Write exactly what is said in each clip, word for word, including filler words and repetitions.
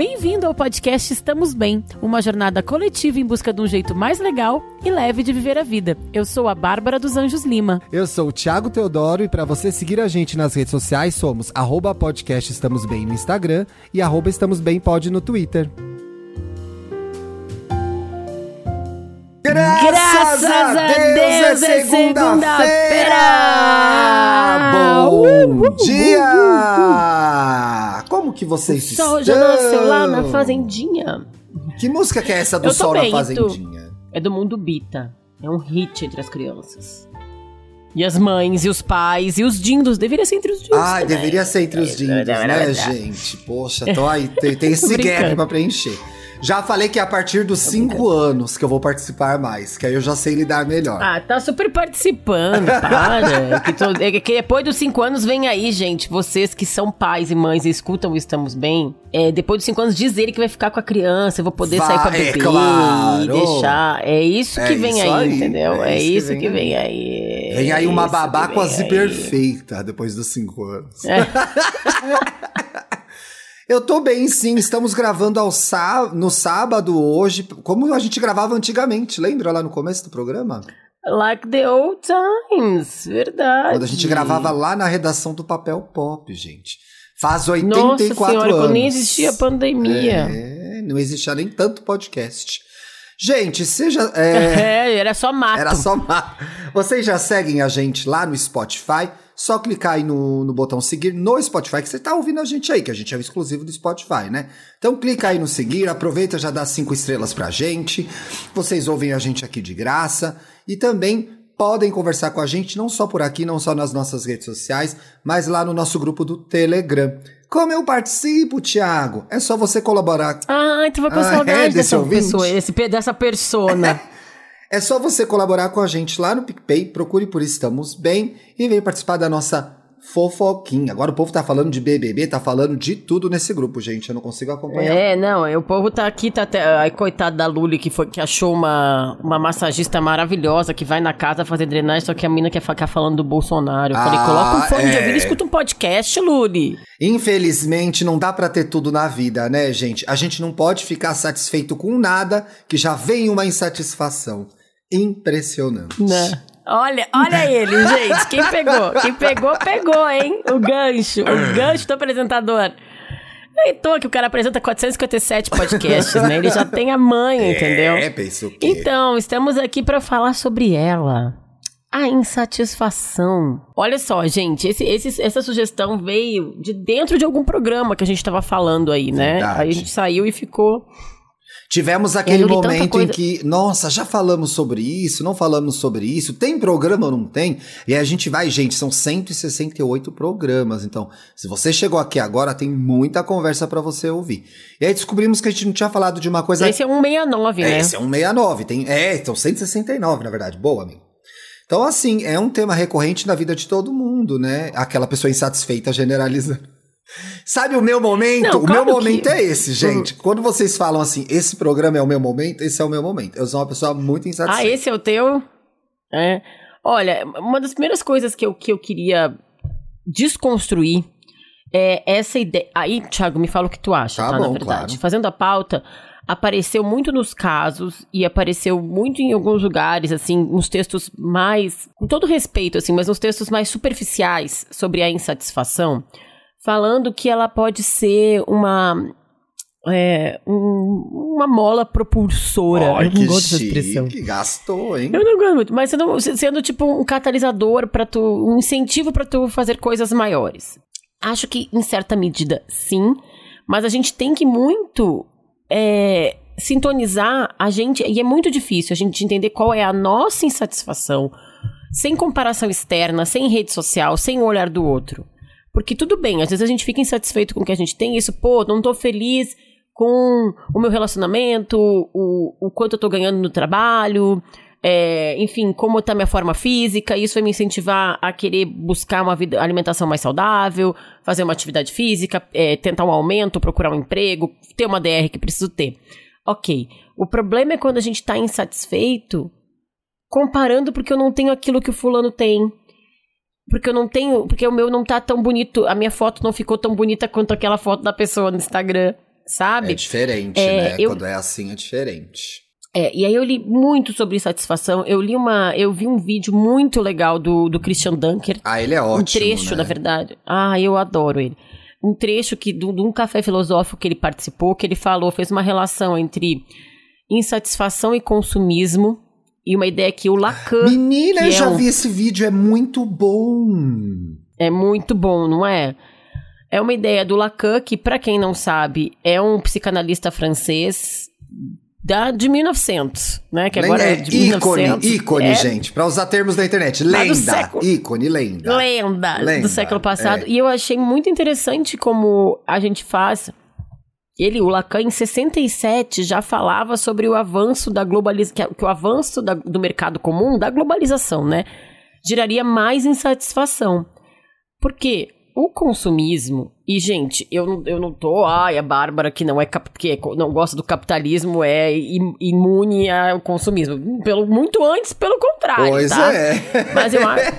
Bem-vindo ao podcast Estamos Bem, uma jornada coletiva em busca de um jeito mais legal e leve de viver a vida. Eu sou a Bárbara dos Anjos Lima. Eu sou o Thiago Teodoro e para você seguir a gente nas redes sociais somos arroba podcast Estamos Bem no Instagram e arroba Estamos Bem Pod no Twitter. Graças, Graças a Deus, Deus é segunda-feira! segunda-feira! Bom uh, uh, dia! Uh, uh. Como que vocês estão? O sol estão? já nasceu lá na fazendinha. Que música que é essa do Eu sol bem, na fazendinha? É do Mundo Bita. É um hit entre as crianças. E as mães, e os pais, e os dindos. Deveria ser entre os dindos. Ai, também. deveria ser entre os dindos, é, né, é, gente? Poxa, tô aí, tem, tem esse Brincando. gap pra preencher. Já falei que é a partir dos cinco anos que eu vou participar mais, que aí eu já sei lidar melhor. Ah, tá super participando, para. que, tô, é que depois dos cinco anos vem aí, gente, vocês que são pais e mães e escutam o Estamos Bem, é, depois dos cinco anos dizerem que vai ficar com a criança, eu vou poder vai, sair pra beber é claro. e deixar. É isso que é vem isso aí, aí, entendeu? É, é isso, isso que, que vem, vem aí. Vem aí uma babá quase aí. perfeita depois dos cinco anos. É. Eu tô bem, sim. Estamos gravando ao sá... no sábado hoje, como a gente gravava antigamente. Lembra lá no começo do programa? Like the old times, verdade. Quando a gente gravava lá na redação do Papel Pop, gente. Faz oitenta e quatro Nossa senhora, anos. quando nem existia a pandemia. É, não existia nem tanto podcast. Gente, seja... É, é era só mato. Era só mato. Vocês já seguem a gente lá no Spotify? Só clicar aí no, no botão seguir no Spotify, que você tá ouvindo a gente aí, que a gente é o exclusivo do Spotify, né? Então clica aí no seguir, aproveita, já dá cinco estrelas pra gente. Vocês ouvem a gente aqui de graça. E também podem conversar com a gente, não só por aqui, não só nas nossas redes sociais, mas lá no nosso grupo do Telegram. Como eu participo, Thiago? É só você colaborar. Ah, então vai com ah, saudade é, dessa desse pessoa, esse, dessa persona. É só você colaborar com a gente lá no PicPay, procure por Estamos Bem e venha participar da nossa fofoquinha. Agora o povo tá falando de B B B, tá falando de tudo nesse grupo, gente, eu não consigo acompanhar. É, não, o povo tá aqui, tá até... Ai, coitada da Luli, que, foi, que achou uma, uma massagista maravilhosa, que vai na casa fazer drenagem, só que a mina quer ficar falando do Bolsonaro. Eu ah, falei, coloca um fone é. de ouvido e escuta um podcast, Luli. Infelizmente, não dá pra ter tudo na vida, né, gente? A gente não pode ficar satisfeito com nada, que já vem uma insatisfação. Impressionante. Né? Olha, olha ele, gente. Quem pegou? Quem pegou, pegou, hein? O gancho. O gancho do apresentador. Então, que o cara apresenta quatrocentos e cinquenta e sete podcasts, né? Ele já tem a manha, entendeu? É, pensa o quê? Então, estamos aqui pra falar sobre ela. A insatisfação. Olha só, gente, esse, esse, essa sugestão veio de dentro de algum programa que a gente tava falando aí, né? Verdade. Aí a gente saiu e ficou... Tivemos aquele momento coisa... em que, nossa, já falamos sobre isso, não falamos sobre isso, tem programa ou não tem? E aí a gente vai, gente, são cento e sessenta e oito programas, então, se você chegou aqui agora, tem muita conversa pra você ouvir. E aí descobrimos que a gente não tinha falado de uma coisa... Esse é um sessenta e nove, é, né? Esse é um sessenta e nove, tem... é, então cento e sessenta e nove, na verdade, boa, amigo. Então, assim, é um tema recorrente na vida de todo mundo, né? Aquela pessoa insatisfeita generalizando. Sabe o meu momento? Não, o meu claro momento que... é esse, gente. Quando vocês falam assim, esse programa é o meu momento, esse é o meu momento. Eu sou uma pessoa muito insatisfeita. Ah, esse é o teu? É. Olha, uma das primeiras coisas que eu, que eu queria desconstruir é essa ideia... Aí, Thiago, me fala o que tu acha, tá, Tá na bom, verdade. claro. Fazendo a pauta, apareceu muito nos casos e apareceu muito em alguns lugares, assim, uns textos mais... Com todo respeito, assim, mas uns textos mais superficiais sobre a insatisfação... Falando que ela pode ser uma, é, um, uma mola propulsora. Oh, eu não gosto dessa chique, expressão. Que gastou, hein? Eu não gosto muito, mas sendo, sendo tipo um catalisador para tu, um incentivo para tu fazer coisas maiores. Acho que em certa medida sim, mas a gente tem que muito é, sintonizar a gente, e é muito difícil a gente entender qual é a nossa insatisfação, sem comparação externa, sem rede social, sem o olhar do outro. Porque tudo bem, às vezes a gente fica insatisfeito com o que a gente tem, e isso, pô, não tô feliz com o meu relacionamento, o, o quanto eu tô ganhando no trabalho, é, enfim, como tá minha forma física, isso vai me incentivar a querer buscar uma vida, alimentação mais saudável, fazer uma atividade física, é, tentar um aumento, procurar um emprego, ter uma D R que preciso ter. Ok, o problema é quando a gente tá insatisfeito comparando porque eu não tenho aquilo que o fulano tem. Porque eu não tenho, porque o meu não tá tão bonito, a minha foto não ficou tão bonita quanto aquela foto da pessoa no Instagram. sabe? É diferente, é, né? Eu... Quando é assim, é diferente. É, e aí eu li muito sobre insatisfação. Eu li uma. Eu vi um vídeo muito legal do, do Christian Dunker. Ah, ele é ótimo. Um trecho, né? na verdade. Ah, eu adoro ele. Um trecho que, de um café filosófico que ele participou, que ele falou, fez uma relação entre insatisfação e consumismo. E uma ideia que o Lacan. Menina, eu já é um... vi esse vídeo, é muito bom. É muito bom, não é? É uma ideia do Lacan, que, pra quem não sabe, é um psicanalista francês. Da, de mil e novecentos, né? Que agora é de ícone, mil e novecentos. ícone, é, gente. Pra usar termos da internet. Lenda. Século, ícone, lenda. lenda. Lenda do século passado. É. E eu achei muito interessante como a gente faz. Ele, o Lacan, em sessenta e sete, já falava sobre o avanço da globalização. Que, que o avanço da, do mercado comum, da globalização, né? Geraria mais insatisfação. Por quê? O consumismo, e gente, eu não, eu não tô, ai, a Bárbara que não é que não gosta do capitalismo é imune ao consumismo. Pelo, muito antes, pelo contrário, pois tá? é. Mas eu acho,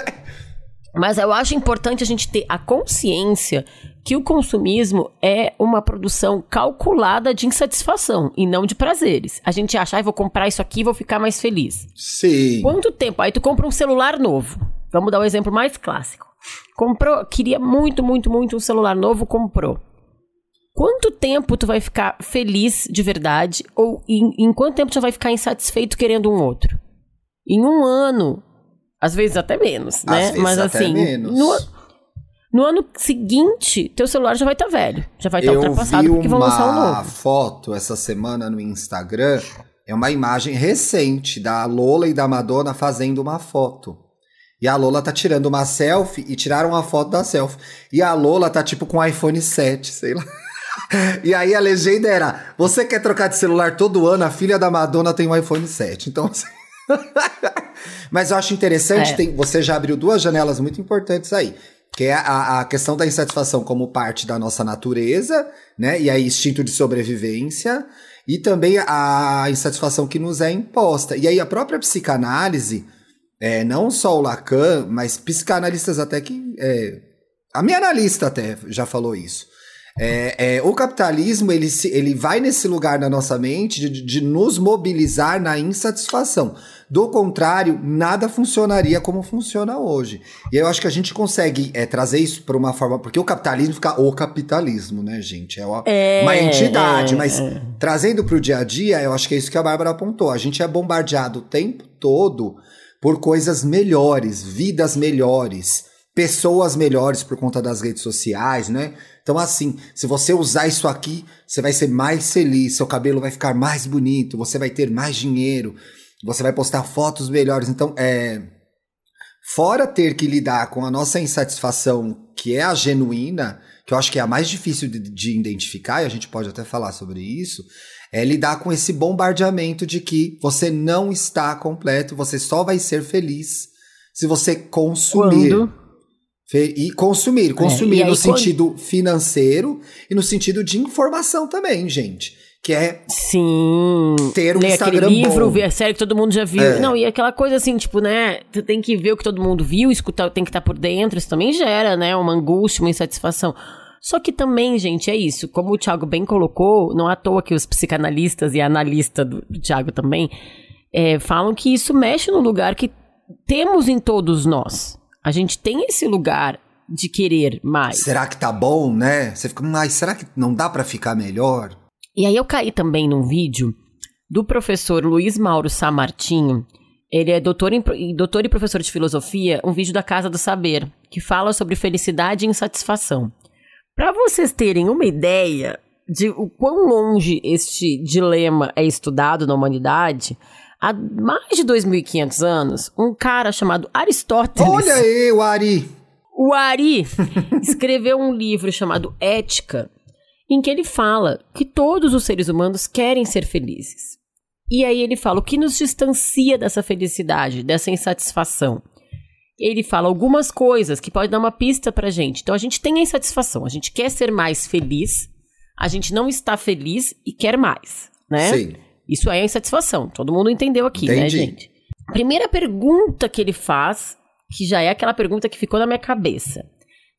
mas eu acho importante a gente ter a consciência que o consumismo é uma produção calculada de insatisfação e não de prazeres. A gente acha, ai, vou comprar isso aqui e vou ficar mais feliz. Sim. Quanto tempo? Aí tu compra um celular novo. Vamos dar o um exemplo mais clássico. Comprou, queria muito, muito, muito um celular novo, comprou. Quanto tempo tu vai ficar feliz de verdade? Ou em, em quanto tempo tu vai ficar insatisfeito querendo um outro? Em um ano. Às vezes até menos, né? Às vezes Mas até assim, menos. No, no ano seguinte, teu celular já vai estar tá velho. Já vai estar tá ultrapassado porque vão lançar um novo. Eu vi uma foto essa semana no Instagram. É uma imagem recente da Lola e da Madonna fazendo uma foto. E a Lola tá tirando uma selfie e tiraram uma foto da selfie. E a Lola tá tipo com um iPhone sete, sei lá. E aí a legenda era, você quer trocar de celular todo ano? A filha da Madonna tem um iPhone sete. Então, assim... Mas eu acho interessante, é. tem, você já abriu duas janelas muito importantes aí. Que é a, a questão da insatisfação como parte da nossa natureza, né? E aí instinto de sobrevivência. E também a insatisfação que nos é imposta. E aí a própria psicanálise... É, não só o Lacan, mas psicanalistas até que... É, a minha analista até já falou isso. É, é, o capitalismo, ele, se, ele vai nesse lugar na nossa mente de, de nos mobilizar na insatisfação. Do contrário, nada funcionaria como funciona hoje. E eu acho que a gente consegue é, trazer isso para uma forma... Porque o capitalismo fica o capitalismo, né, gente? É uma, é, uma entidade, é, mas é. trazendo para o dia a dia, eu acho que é isso que a Bárbara apontou. A gente é bombardeado o tempo todo... por coisas melhores, vidas melhores, pessoas melhores por conta das redes sociais, né? Então, assim, se você usar isso aqui, você vai ser mais feliz, seu cabelo vai ficar mais bonito, você vai ter mais dinheiro, você vai postar fotos melhores. Então, é... fora ter que lidar com a nossa insatisfação, que é a genuína, que eu acho que é a mais difícil de, de identificar, e a gente pode até falar sobre isso, é lidar com esse bombardeamento de que você não está completo, você só vai ser feliz se você consumir. Quando? E consumir, consumir é, e no aí, sentido quando... financeiro e no sentido de informação também, gente. Que é Sim. ter um Ler Instagram aquele livro, bom. ver a série que todo mundo já viu. É. Não, e aquela coisa assim, tipo, né? Tu tem que ver o que todo mundo viu, escutar, tem que estar por dentro. Isso também gera, né? Uma angústia, uma insatisfação. Só que também, gente, é isso. Como o Thiago bem colocou, não é à toa que os psicanalistas e a analista do, do Thiago também é, falam que isso mexe no lugar que temos em todos nós. A gente tem esse lugar de querer mais. Será que tá bom, né? Você fica, mas será que não dá pra ficar melhor? E aí eu caí também num vídeo do professor Luiz Mauro Samartinho. Ele é doutor, em, doutor e professor de filosofia, um vídeo da Casa do Saber, que fala sobre felicidade e insatisfação. Para vocês terem uma ideia de o quão longe este dilema é estudado na humanidade, há mais de dois mil e quinhentos anos, um cara chamado Aristóteles... Olha aí, o Ari! O Ari escreveu um livro chamado Ética, em que ele fala que todos os seres humanos querem ser felizes. E aí ele fala o que nos distancia dessa felicidade, dessa insatisfação. Ele fala algumas coisas que podem dar uma pista pra gente. Então a gente tem a insatisfação, a gente quer ser mais feliz, a gente não está feliz e quer mais, né? Sim. Isso é a insatisfação, todo mundo entendeu aqui, Entendi. né, gente? Primeira pergunta que ele faz, que já é aquela pergunta que ficou na minha cabeça.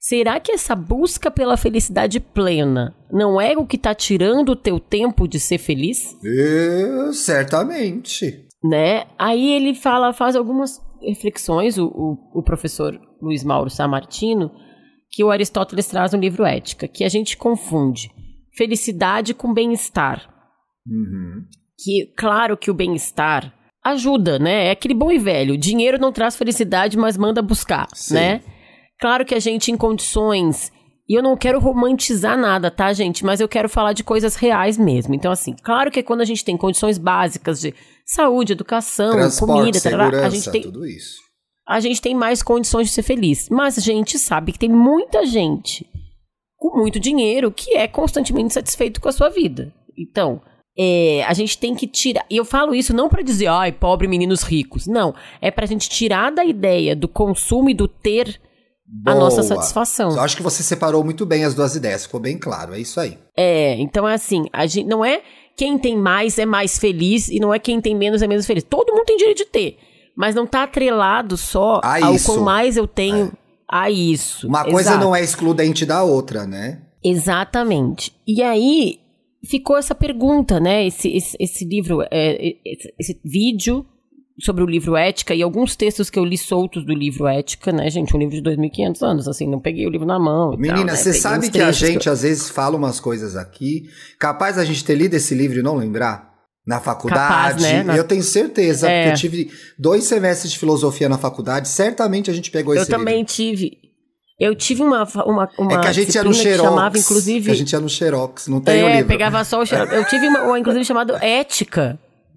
será que essa busca pela felicidade plena não é o que tá tirando o teu tempo de ser feliz? É, certamente. Né? Aí ele fala, faz algumas reflexões, o, o, o professor Luiz Mauro Sammartino, que o Aristóteles traz no livro Ética, que a gente confunde felicidade com bem-estar. Uhum. Que, claro que o bem-estar ajuda, né? É aquele bom e velho, dinheiro não traz felicidade, mas manda buscar, Sim. né? Claro que a gente em condições... E eu não quero romantizar nada, tá, gente? Mas eu quero falar de coisas reais mesmo. Então, assim, claro que quando a gente tem condições básicas de saúde, educação, transporte, comida, segurança, tarará, a gente tem, tudo isso. a gente tem mais condições de ser feliz. Mas a gente sabe que tem muita gente com muito dinheiro que é constantemente insatisfeito com a sua vida. Então, é, a gente tem que tirar... E eu falo isso não pra dizer, ai, pobre meninos ricos. Não, é pra gente tirar da ideia do consumo e do ter... Boa. A nossa satisfação. Eu acho que você separou muito bem as duas ideias, ficou bem claro, é isso aí. É, então é assim, a gente, não é quem tem mais é mais feliz e não é quem tem menos é menos feliz. Todo mundo tem direito de ter, mas não tá atrelado só a ao isso. quanto mais eu tenho é. a isso. Uma coisa Exato. não é excludente da outra, né? Exatamente. E aí ficou essa pergunta, né, esse, esse, esse livro, é, esse, esse vídeo... sobre o livro Ética e alguns textos que eu li soltos do livro Ética, né, gente? Um livro de dois mil e quinhentos anos, assim, não peguei o livro na mão. Menina, você né? sabe que a gente que eu... às vezes fala umas coisas aqui, capaz a gente ter lido esse livro e não lembrar? Na faculdade, capaz, né? Na... eu tenho certeza, é. porque eu tive dois semestres de filosofia na faculdade, certamente a gente pegou eu esse livro. Eu também tive. Eu tive uma, uma, uma é que a gente ia no Xerox, chamava, inclusive... que a gente ia no Xerox, não tem é, o livro. pegava só o Xerox. Eu tive uma, uma inclusive, chamada Ética.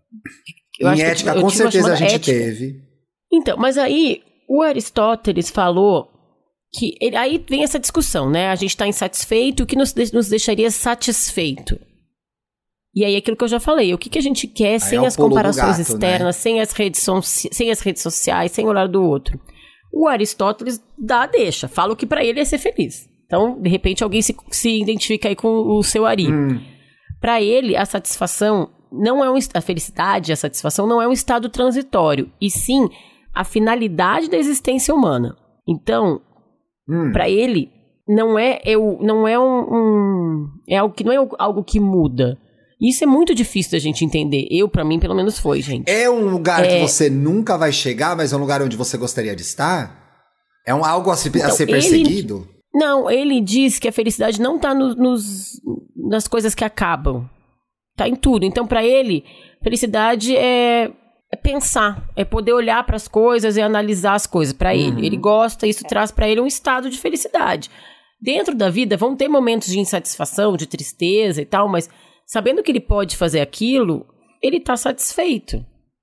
Eu em acho Ética, que eu, com eu certeza a gente ética. teve. Então, mas aí o Aristóteles falou que... Ele, aí vem essa discussão, né? A gente está insatisfeito, o que nos, nos deixaria satisfeito? E aí, aquilo que eu já falei, o que, que a gente quer aí sem é as comparações gato, externas, né? sem, as redes so, sem as redes sociais, sem olhar do outro. O Aristóteles dá, deixa, fala o que para ele é ser feliz. Então, de repente, alguém se, se identifica aí com o seu Ari. Hum. Para ele, a satisfação... não é um, a felicidade, a satisfação não é um estado transitório, e sim a finalidade da existência humana. Então, hum. para ele, não é, eu, não é um, um é algo que não é algo que muda. Isso é muito difícil da gente entender. Eu, para mim, pelo menos foi, gente. É um lugar é... que você nunca vai chegar, mas é um lugar onde você gostaria de estar? É um, algo a, se, então, a ser perseguido? Ele, não, ele diz que a felicidade não tá no, nos, nas coisas que acabam. Tá em tudo. Então, pra ele, felicidade é, é pensar, é poder olhar pras coisas e analisar as coisas pra uhum. ele. Ele gosta, isso traz pra ele um estado de felicidade. Dentro da vida, vão ter momentos de insatisfação, de tristeza e tal, mas sabendo que ele pode fazer aquilo, ele tá satisfeito.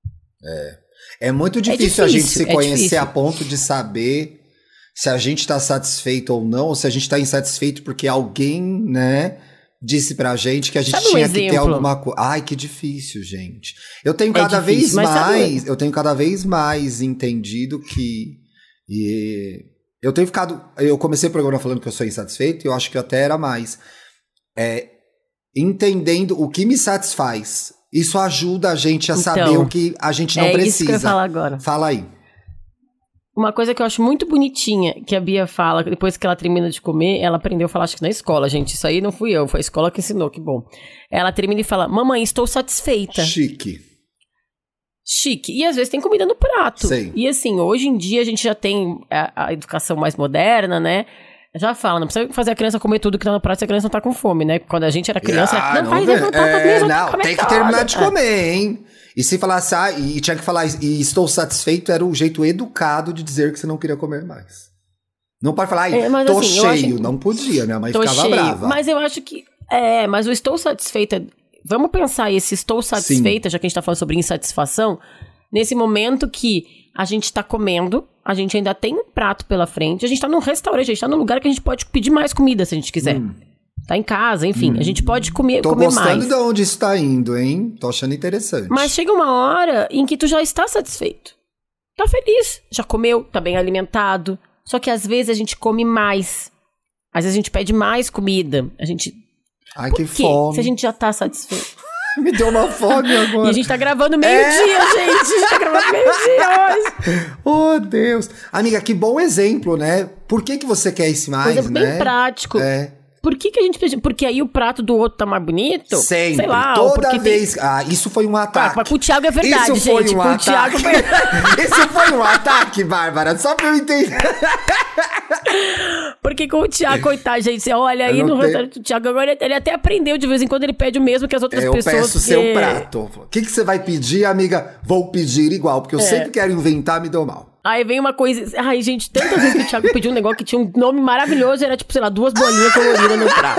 É, é muito difícil, é difícil a gente se é conhecer difícil. A ponto de saber se a gente tá satisfeito ou não, ou se a gente tá insatisfeito porque alguém, né... disse pra gente que a gente sabe tinha um que ter alguma coisa. Ai, que difícil, gente. Eu tenho é cada difícil, vez mais, sabe... eu tenho cada vez mais entendido que e, eu tenho ficado, eu comecei o programa falando que eu sou insatisfeito, e eu acho que eu até era mais. É, entendendo o que me satisfaz. Isso ajuda a gente a então, saber o que a gente não é precisa. É isso que eu ia falar agora. Fala aí. Uma coisa que eu acho muito bonitinha, que a Bia fala, depois que ela termina de comer, ela aprendeu a falar, acho que na escola, gente, isso aí não fui eu, foi a escola que ensinou, que bom. Ela termina e fala, mamãe, estou satisfeita. Chique. Chique. E às vezes tem comida no prato. Sim. E assim, hoje em dia a gente já tem a, a educação mais moderna, né? Já fala, não precisa fazer a criança comer tudo que tá no prato se a criança não tá com fome, né? Quando a gente era criança, ah, não, não vai vê. levantar é, pra mesa, não, tem que terminar de comer, hein? E se falasse, ah, e tinha que falar, e estou satisfeito, era o jeito educado de dizer que você não queria comer mais. Não pode falar, ai, é, tô assim, cheio. Acho... Não podia, minha mãe ficava cheio. brava. Mas eu acho que, é, mas o estou satisfeita, vamos pensar esse estou satisfeita, Sim. já que a gente tá falando sobre insatisfação, nesse momento que a gente tá comendo, a gente ainda tem um prato pela frente, a gente tá num restaurante, a gente tá num lugar que a gente pode pedir mais comida se a gente quiser. Hum. Tá em casa, enfim, hum. a gente pode comer, Tô comer mais. Tô gostando de onde isso tá indo, hein? Tô achando interessante. Mas chega uma hora em que tu já está satisfeito. Tá feliz, já comeu, tá bem alimentado. Só que às vezes a gente come mais. Às vezes a gente pede mais comida. A gente... Ai, Por que quê? fome. Se a gente já tá satisfeito. Me deu uma fome agora. E a gente tá gravando meio-dia, é. gente. A gente tá gravando meio-dia hoje. Oh, Deus. Amiga, que bom exemplo, né? Por que que você quer esse mais, Coisa né? bem prático. É. Por que que a gente precisa... Porque aí o prato do outro tá mais bonito? Sempre. Sei lá. Toda vez... Tem... Ah, isso foi um ataque. Ah, mas com o Thiago é verdade, isso gente. Foi um com ataque. o Thiago foi... Isso foi um ataque, Bárbara. Só pra eu entender. Porque com o Thiago, coitado, gente, você olha aí no tenho... restaurante do Thiago, agora ele até aprendeu, de vez em quando ele pede o mesmo que as outras eu pessoas. Eu peço o porque... seu prato. O que, que você vai pedir, amiga? Vou pedir igual, porque eu é. sempre quero inventar, me deu mal. Aí vem uma coisa... Ai, gente, tantas vezes que o Thiago pediu um negócio que tinha um nome maravilhoso, era tipo, sei lá, duas bolinhas coloridas no prato.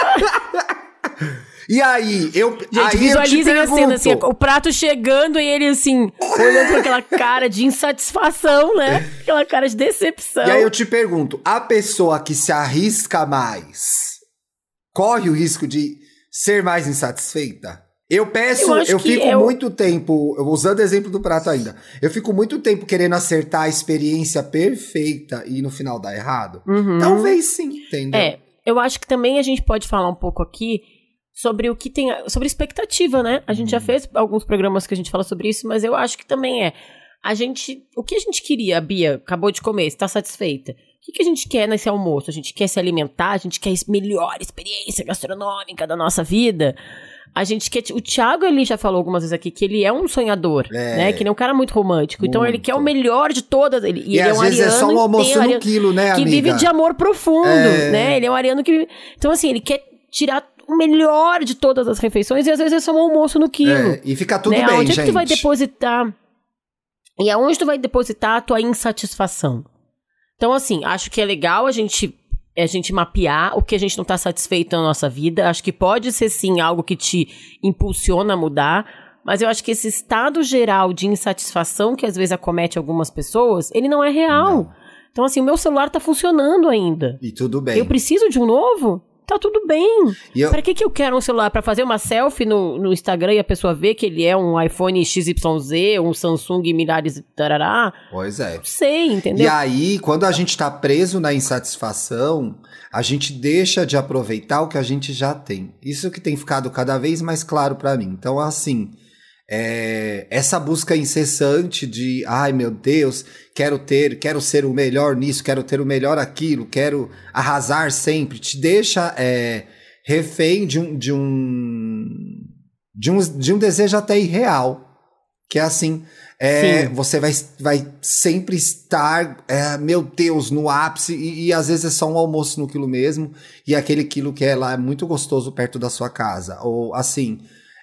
E aí, eu... Gente, aí visualizem eu a cena, assim, o prato chegando e ele, assim, olhando com aquela cara de insatisfação, né? Aquela cara de decepção. E aí eu te pergunto, a pessoa que se arrisca mais, corre o risco de ser mais insatisfeita? Eu peço, eu, eu fico eu... muito tempo, usando o exemplo do prato ainda, eu fico muito tempo querendo acertar a experiência perfeita e no final dá errado. Uhum. Talvez sim, entendeu? É, eu acho que também a gente pode falar um pouco aqui sobre o que tem, sobre expectativa, né? A gente uhum. já fez alguns programas que a gente fala sobre isso, mas eu acho que também é, a gente, o que a gente queria, a Bia acabou de comer, está satisfeita? O que, que a gente quer nesse almoço? A gente quer se alimentar, a gente quer a melhor experiência gastronômica da nossa vida? A gente quer... O Thiago, ele já falou algumas vezes aqui que ele é um sonhador, é. né? Que ele é um cara muito romântico. Muito. Então, ele quer o melhor de todas. Ele, e, e ele às é um vezes ariano... é só um almoço no quilo, né, que amiga? vive de amor profundo, é. né? Ele é um ariano que... Então, assim, ele quer tirar o melhor de todas as refeições e às vezes é só um almoço no quilo. É. E fica tudo né? bem, Onde gente. é que tu vai depositar... E aonde tu vai depositar a tua insatisfação? Então, assim, acho que é legal a gente... É a gente mapear o que a gente não tá satisfeito na nossa vida. Acho que pode ser, sim, algo que te impulsiona a mudar. Mas eu acho que esse estado geral de insatisfação que às vezes acomete algumas pessoas, ele não é real. Não. Então, assim, o meu celular tá funcionando ainda. E tudo bem. Eu preciso de um novo? Tá tudo bem. Eu... Pra que que eu quero um celular? Pra fazer uma selfie no, no Instagram e a pessoa ver que ele é um iPhone X Y Z, um Samsung milhares tarará? Pois é. Não sei, entendeu? E aí, quando a gente tá preso na insatisfação, a gente deixa de aproveitar o que a gente já tem. Isso que tem ficado cada vez mais claro pra mim. Então, assim... É, essa busca incessante de, ai meu Deus, quero ter, quero ser o melhor nisso, quero ter o melhor aquilo, quero arrasar sempre, te deixa é, refém de um, de, um, de, um, de um desejo até irreal, que é assim, é, você vai, vai sempre estar, é, meu Deus, no ápice, e, e às vezes é só um almoço no quilo mesmo, e aquele quilo que é lá é muito gostoso perto da sua casa, ou assim...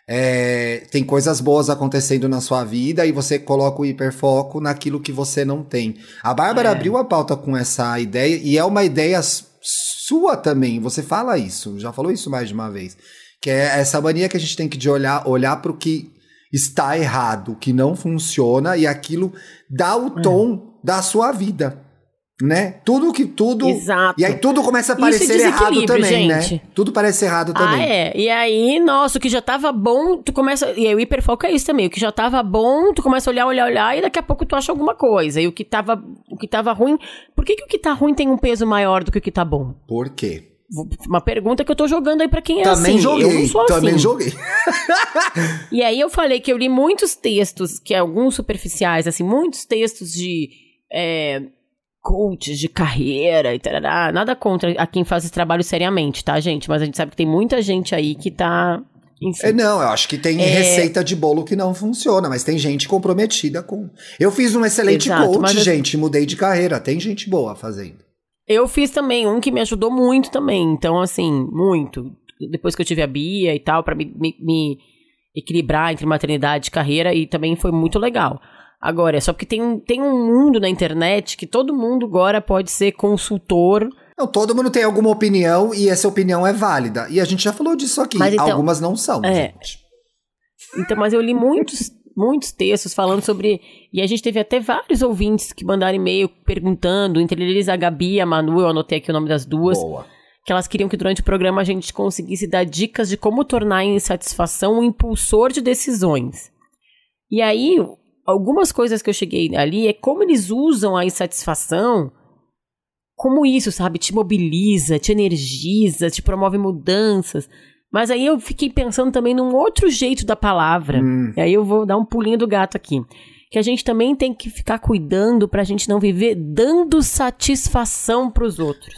É, tem coisas boas acontecendo na sua vida e você coloca o hiperfoco naquilo que você não tem. A Bárbara é. abriu a pauta com essa ideia e é uma ideia sua também. Você fala isso, já falou isso mais de uma vez. Que é essa mania que a gente tem que de olhar, olhar para o que está errado, o que não funciona e aquilo dá o tom é. da sua vida. Né? Tudo que tudo... Exato. E aí tudo começa a parecer errado também, gente. né? Tudo parece errado também. Ah, é. E aí, nossa, o que já tava bom, tu começa... E aí o hiperfoco é isso também. O que já tava bom, tu começa a olhar, olhar, olhar, e daqui a pouco tu acha alguma coisa. E o que tava, o que tava ruim... Por que que o que tá ruim tem um peso maior do que o que tá bom? Por quê? Uma pergunta que eu tô jogando aí pra quem é também assim. Joguei, eu não sou também assim. joguei. E aí eu falei que eu li muitos textos, que alguns superficiais, assim, muitos textos de... É, coaches de carreira e tarará. Nada contra a quem faz esse trabalho seriamente, tá, gente? Mas a gente sabe que tem muita gente aí que tá... Enfim. É, não, eu acho que tem é... receita de bolo que não funciona, mas tem gente comprometida com... Eu fiz um excelente Exato, coach, mas... gente, mudei de carreira. Tem gente boa fazendo. Eu fiz também um que me ajudou muito também. Então, assim, muito. Depois que eu tive a Bia e tal, pra me, me, me equilibrar entre maternidade e carreira, e também foi muito legal. Agora, é só porque tem, tem um mundo na internet que todo mundo agora pode ser consultor. Não, todo mundo tem alguma opinião e essa opinião é válida. E a gente já falou disso aqui. Mas, então, algumas não são, é. gente. Então, mas eu li muitos, muitos textos falando sobre... E a gente teve até vários ouvintes que mandaram e-mail perguntando, entre eles a Gabi e a Manu, eu anotei aqui o nome das duas. Boa. Que elas queriam que durante o programa a gente conseguisse dar dicas de como tornar a insatisfação um impulsor de decisões. E aí... Algumas coisas que eu cheguei ali é como eles usam a insatisfação como isso, sabe? Te mobiliza, te energiza, te promove mudanças. Mas aí eu fiquei pensando também num outro jeito da palavra. Hum. E aí eu vou dar um pulinho do gato aqui. Que a gente também tem que ficar cuidando pra gente não viver dando satisfação pros outros.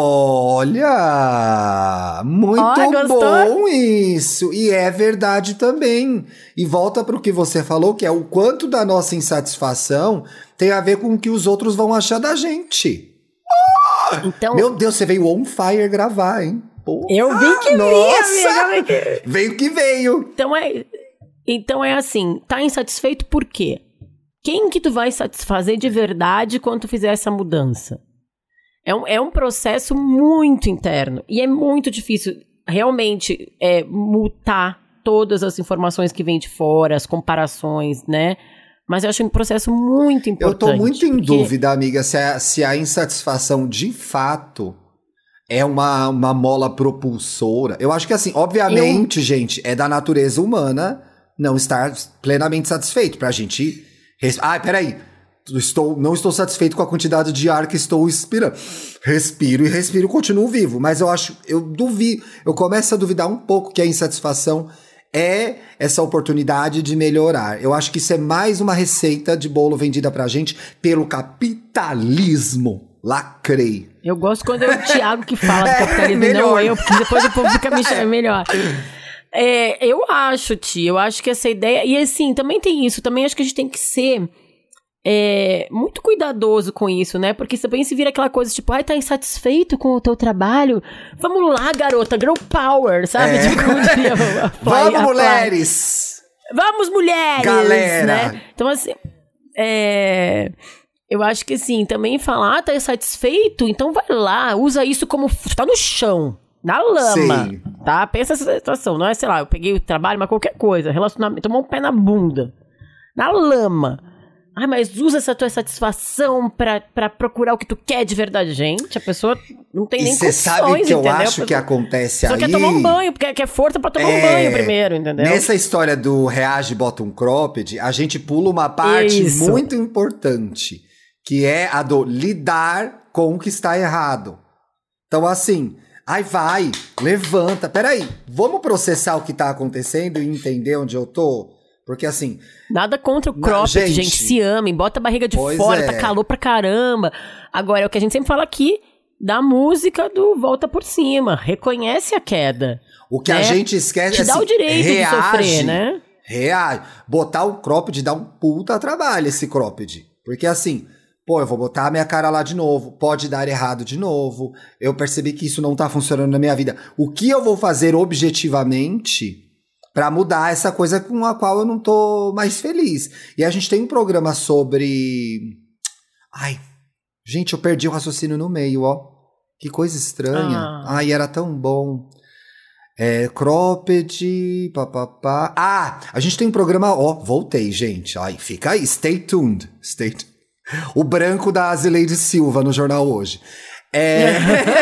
Olha! Muito oh, bom isso! E é verdade também. E volta pro que você falou, que é o quanto da nossa insatisfação tem a ver com o que os outros vão achar da gente. Oh! Então, meu Deus, você veio on fire gravar, hein? Porra, eu vi que nossa, vi, amiga. Veio que veio. Então é, então é assim, tá insatisfeito por quê? Quem que tu vai satisfazer de verdade quando tu fizer essa mudança? É um, é um processo muito interno. E é muito difícil, realmente, é, mutar todas as informações que vêm de fora, as comparações, né? Mas eu acho um processo muito importante. Eu tô muito em porque... dúvida, amiga, se a, se a insatisfação de fato é uma, uma mola propulsora. Eu acho que assim, obviamente, eu... gente, é da natureza humana não estar plenamente satisfeito pra gente... Res... Ai, peraí, estou, não estou satisfeito com a quantidade de ar que estou expirando. Respiro e respiro e continuo vivo. Mas eu acho, eu duvido, eu começo a duvidar um pouco que a insatisfação é essa oportunidade de melhorar. Eu acho que isso é mais uma receita de bolo vendida pra gente pelo capitalismo. Lacrei. Eu gosto quando é o Thiago que fala do capitalismo, é, não eu, porque depois o povo fica me chamando melhor. É, eu acho, Ti, eu acho que essa ideia... E assim, também tem isso, também acho que a gente tem que ser é, muito cuidadoso com isso, né? Porque também se vira aquela coisa, tipo, ai, tá insatisfeito com o teu trabalho? Vamos lá, garota, girl power, sabe? É. Tipo, como diria a Fly, Vamos, a mulheres! Vamos, mulheres! Galera! Né? Então, assim, é... eu acho que assim, também falar, ah, tá insatisfeito? Então vai lá, usa isso como... tá no chão. Na lama, Sim. tá? Pensa essa situação, não é, sei lá, eu peguei o trabalho, mas qualquer coisa, relacionamento, tomou um pé na bunda. Na lama. Ah, mas usa essa tua satisfação pra, pra procurar o que tu quer de verdade. Gente, a pessoa não tem e nem condições, entendeu? E você sabe que eu entendeu? acho que acontece aí... Só quer tomar um banho, porque quer força pra tomar é... um banho primeiro, entendeu? Nessa história do reage, bota um cropped, a gente pula uma parte Isso. muito importante, que é a do lidar com o que está errado. Então, assim... Ai, vai, levanta, peraí, vamos processar o que tá acontecendo e entender onde eu tô? Porque assim... Nada contra o cropped, gente, gente, se amem, bota a barriga de fora, é. Tá calor pra caramba. Agora, é o que a gente sempre fala aqui, da música do Volta por Cima, reconhece a queda. O que né? a gente esquece Te é dá assim, o direito reage, de sofrer, né? Reage, botar o cropped dá um puta trabalho, esse cropped. Porque assim... Pô, eu vou botar a minha cara lá de novo, pode dar errado de novo, eu percebi que isso não tá funcionando na minha vida. O que eu vou fazer objetivamente pra mudar essa coisa com a qual eu não tô mais feliz? E a gente tem um programa sobre... Ai, gente, eu perdi o raciocínio no meio, ó. Que coisa estranha. Ah. Ai, era tão bom. É, cropped, papapá. Ah, a gente tem um programa... Ó, voltei, gente. Ai, fica aí, stay tuned, stay tuned. O branco da Azileide Silva no jornal hoje. É...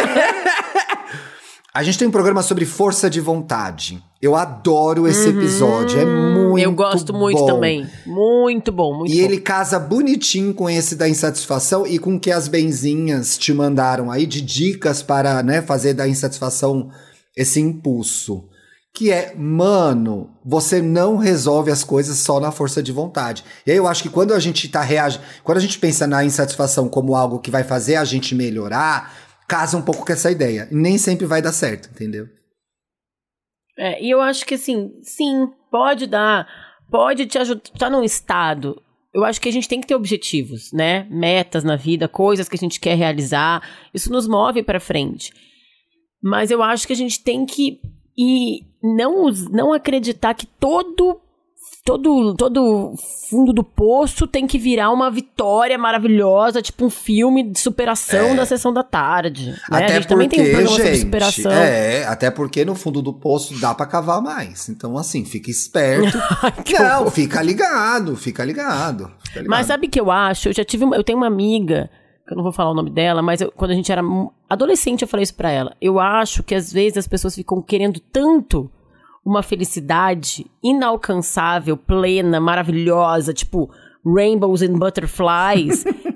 A gente tem um programa sobre força de vontade. Eu adoro esse uhum. episódio. É muito bom. Eu gosto muito bom. também. Muito bom, muito e bom. E ele casa bonitinho com esse da insatisfação e com o que as benzinhas te mandaram aí de dicas para, né, fazer da insatisfação esse impulso. Que é, mano, você não resolve as coisas só na força de vontade. E aí eu acho que quando a gente tá reagindo, quando a gente pensa na insatisfação como algo que vai fazer a gente melhorar, casa um pouco com essa ideia. E nem sempre vai dar certo, entendeu? É, e eu acho que assim, sim, pode dar, pode te ajudar, tá num estado. Eu acho que a gente tem que ter objetivos, né? Metas na vida, coisas que a gente quer realizar. Isso nos move pra frente. Mas eu acho que a gente tem que E não, não acreditar que todo, todo, todo fundo do poço tem que virar uma vitória maravilhosa, tipo um filme de superação é. da sessão da tarde. Né? Até a gente porque, também tem um programa gente, sobre superação. É, até porque no fundo do poço dá pra cavar mais. Então, assim, fica esperto. Não, horror. fica ligado, fica ligado, fica ligado. Mas sabe o que eu acho? Eu já tive uma, eu tenho uma amiga... eu não vou falar o nome dela, mas eu, quando a gente era adolescente eu falei isso pra ela. Eu acho que às vezes as pessoas ficam querendo tanto uma felicidade inalcançável, plena, maravilhosa, tipo rainbows and butterflies,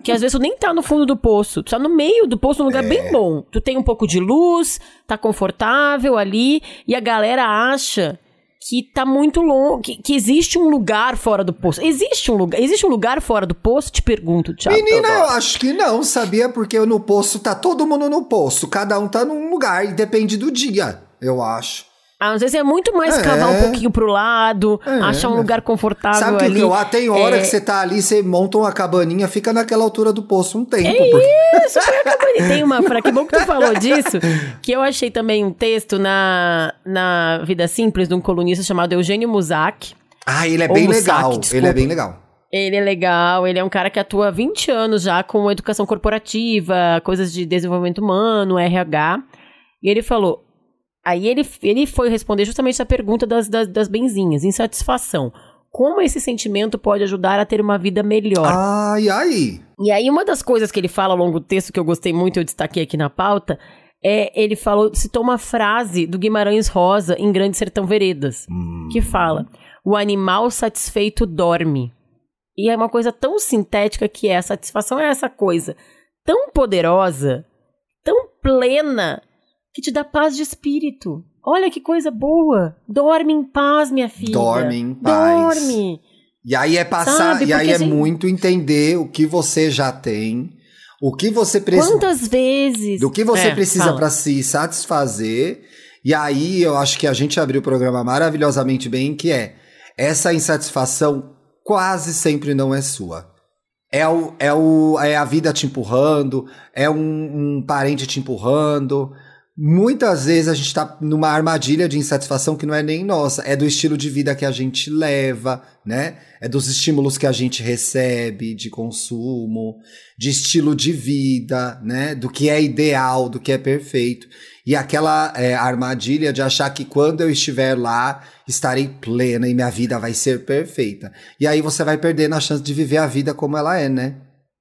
que às vezes tu nem tá no fundo do poço, tu tá no meio do poço, num lugar é. bem bom. Tu tem um pouco de luz, tá confortável ali, e a galera acha que tá muito longe, que, que existe um lugar fora do poço. Existe um lugar, existe um lugar fora do poço? Te pergunto, Thiago. Menina, eu acho que não, sabia? Porque no poço tá todo mundo no poço, cada um tá num lugar, e depende do dia, eu acho. Às vezes é muito mais é. cavar um pouquinho pro lado, é. achar um lugar confortável. Sabe que ali. Eu, ah, tem hora é. que você tá ali, você monta uma cabaninha, fica naquela altura do poço um tempo. É porque... isso, foi a cabaninha. Tem uma frase, que bom que tu falou disso, que eu achei também um texto na, na Vida Simples de um colunista chamado Eugênio Musac. Ah, ele é bem Musac, legal, desculpa. ele é bem legal. Ele é legal, ele é um cara que atua há vinte anos já com educação corporativa, coisas de desenvolvimento humano, R H. E ele falou... Aí ele, ele foi responder justamente essa pergunta das, das, das benzinhas, insatisfação. Como esse sentimento pode ajudar a ter uma vida melhor? Ai, ai! E aí uma das coisas que ele fala ao longo do texto, que eu gostei muito, eu destaquei aqui na pauta, é ele falou, citou uma frase do Guimarães Rosa em Grande Sertão Veredas, hum. que fala, o animal satisfeito dorme. E é uma coisa tão sintética que é, a satisfação é essa coisa tão poderosa, tão plena, que te dá paz de espírito. Olha que coisa boa. Dorme em paz, minha filha. Dorme em paz. Dorme. E aí é passar, Sabe, e aí é gente... muito entender o que você já tem, o que você precisa... Quantas vezes... Do que você é, precisa para se satisfazer. E aí eu acho que a gente abriu o programa maravilhosamente bem, que é, essa insatisfação quase sempre não é sua. É, o, é, o, é a vida te empurrando, é um, um parente te empurrando... Muitas vezes a gente tá numa armadilha de insatisfação que não é nem nossa, é do estilo de vida que a gente leva, né? É dos estímulos que a gente recebe de consumo, de estilo de vida, né? Do que é ideal, do que é perfeito. E aquela é, armadilha de achar que quando eu estiver lá, estarei plena e minha vida vai ser perfeita. E aí você vai perdendo a chance de viver a vida como ela é, né?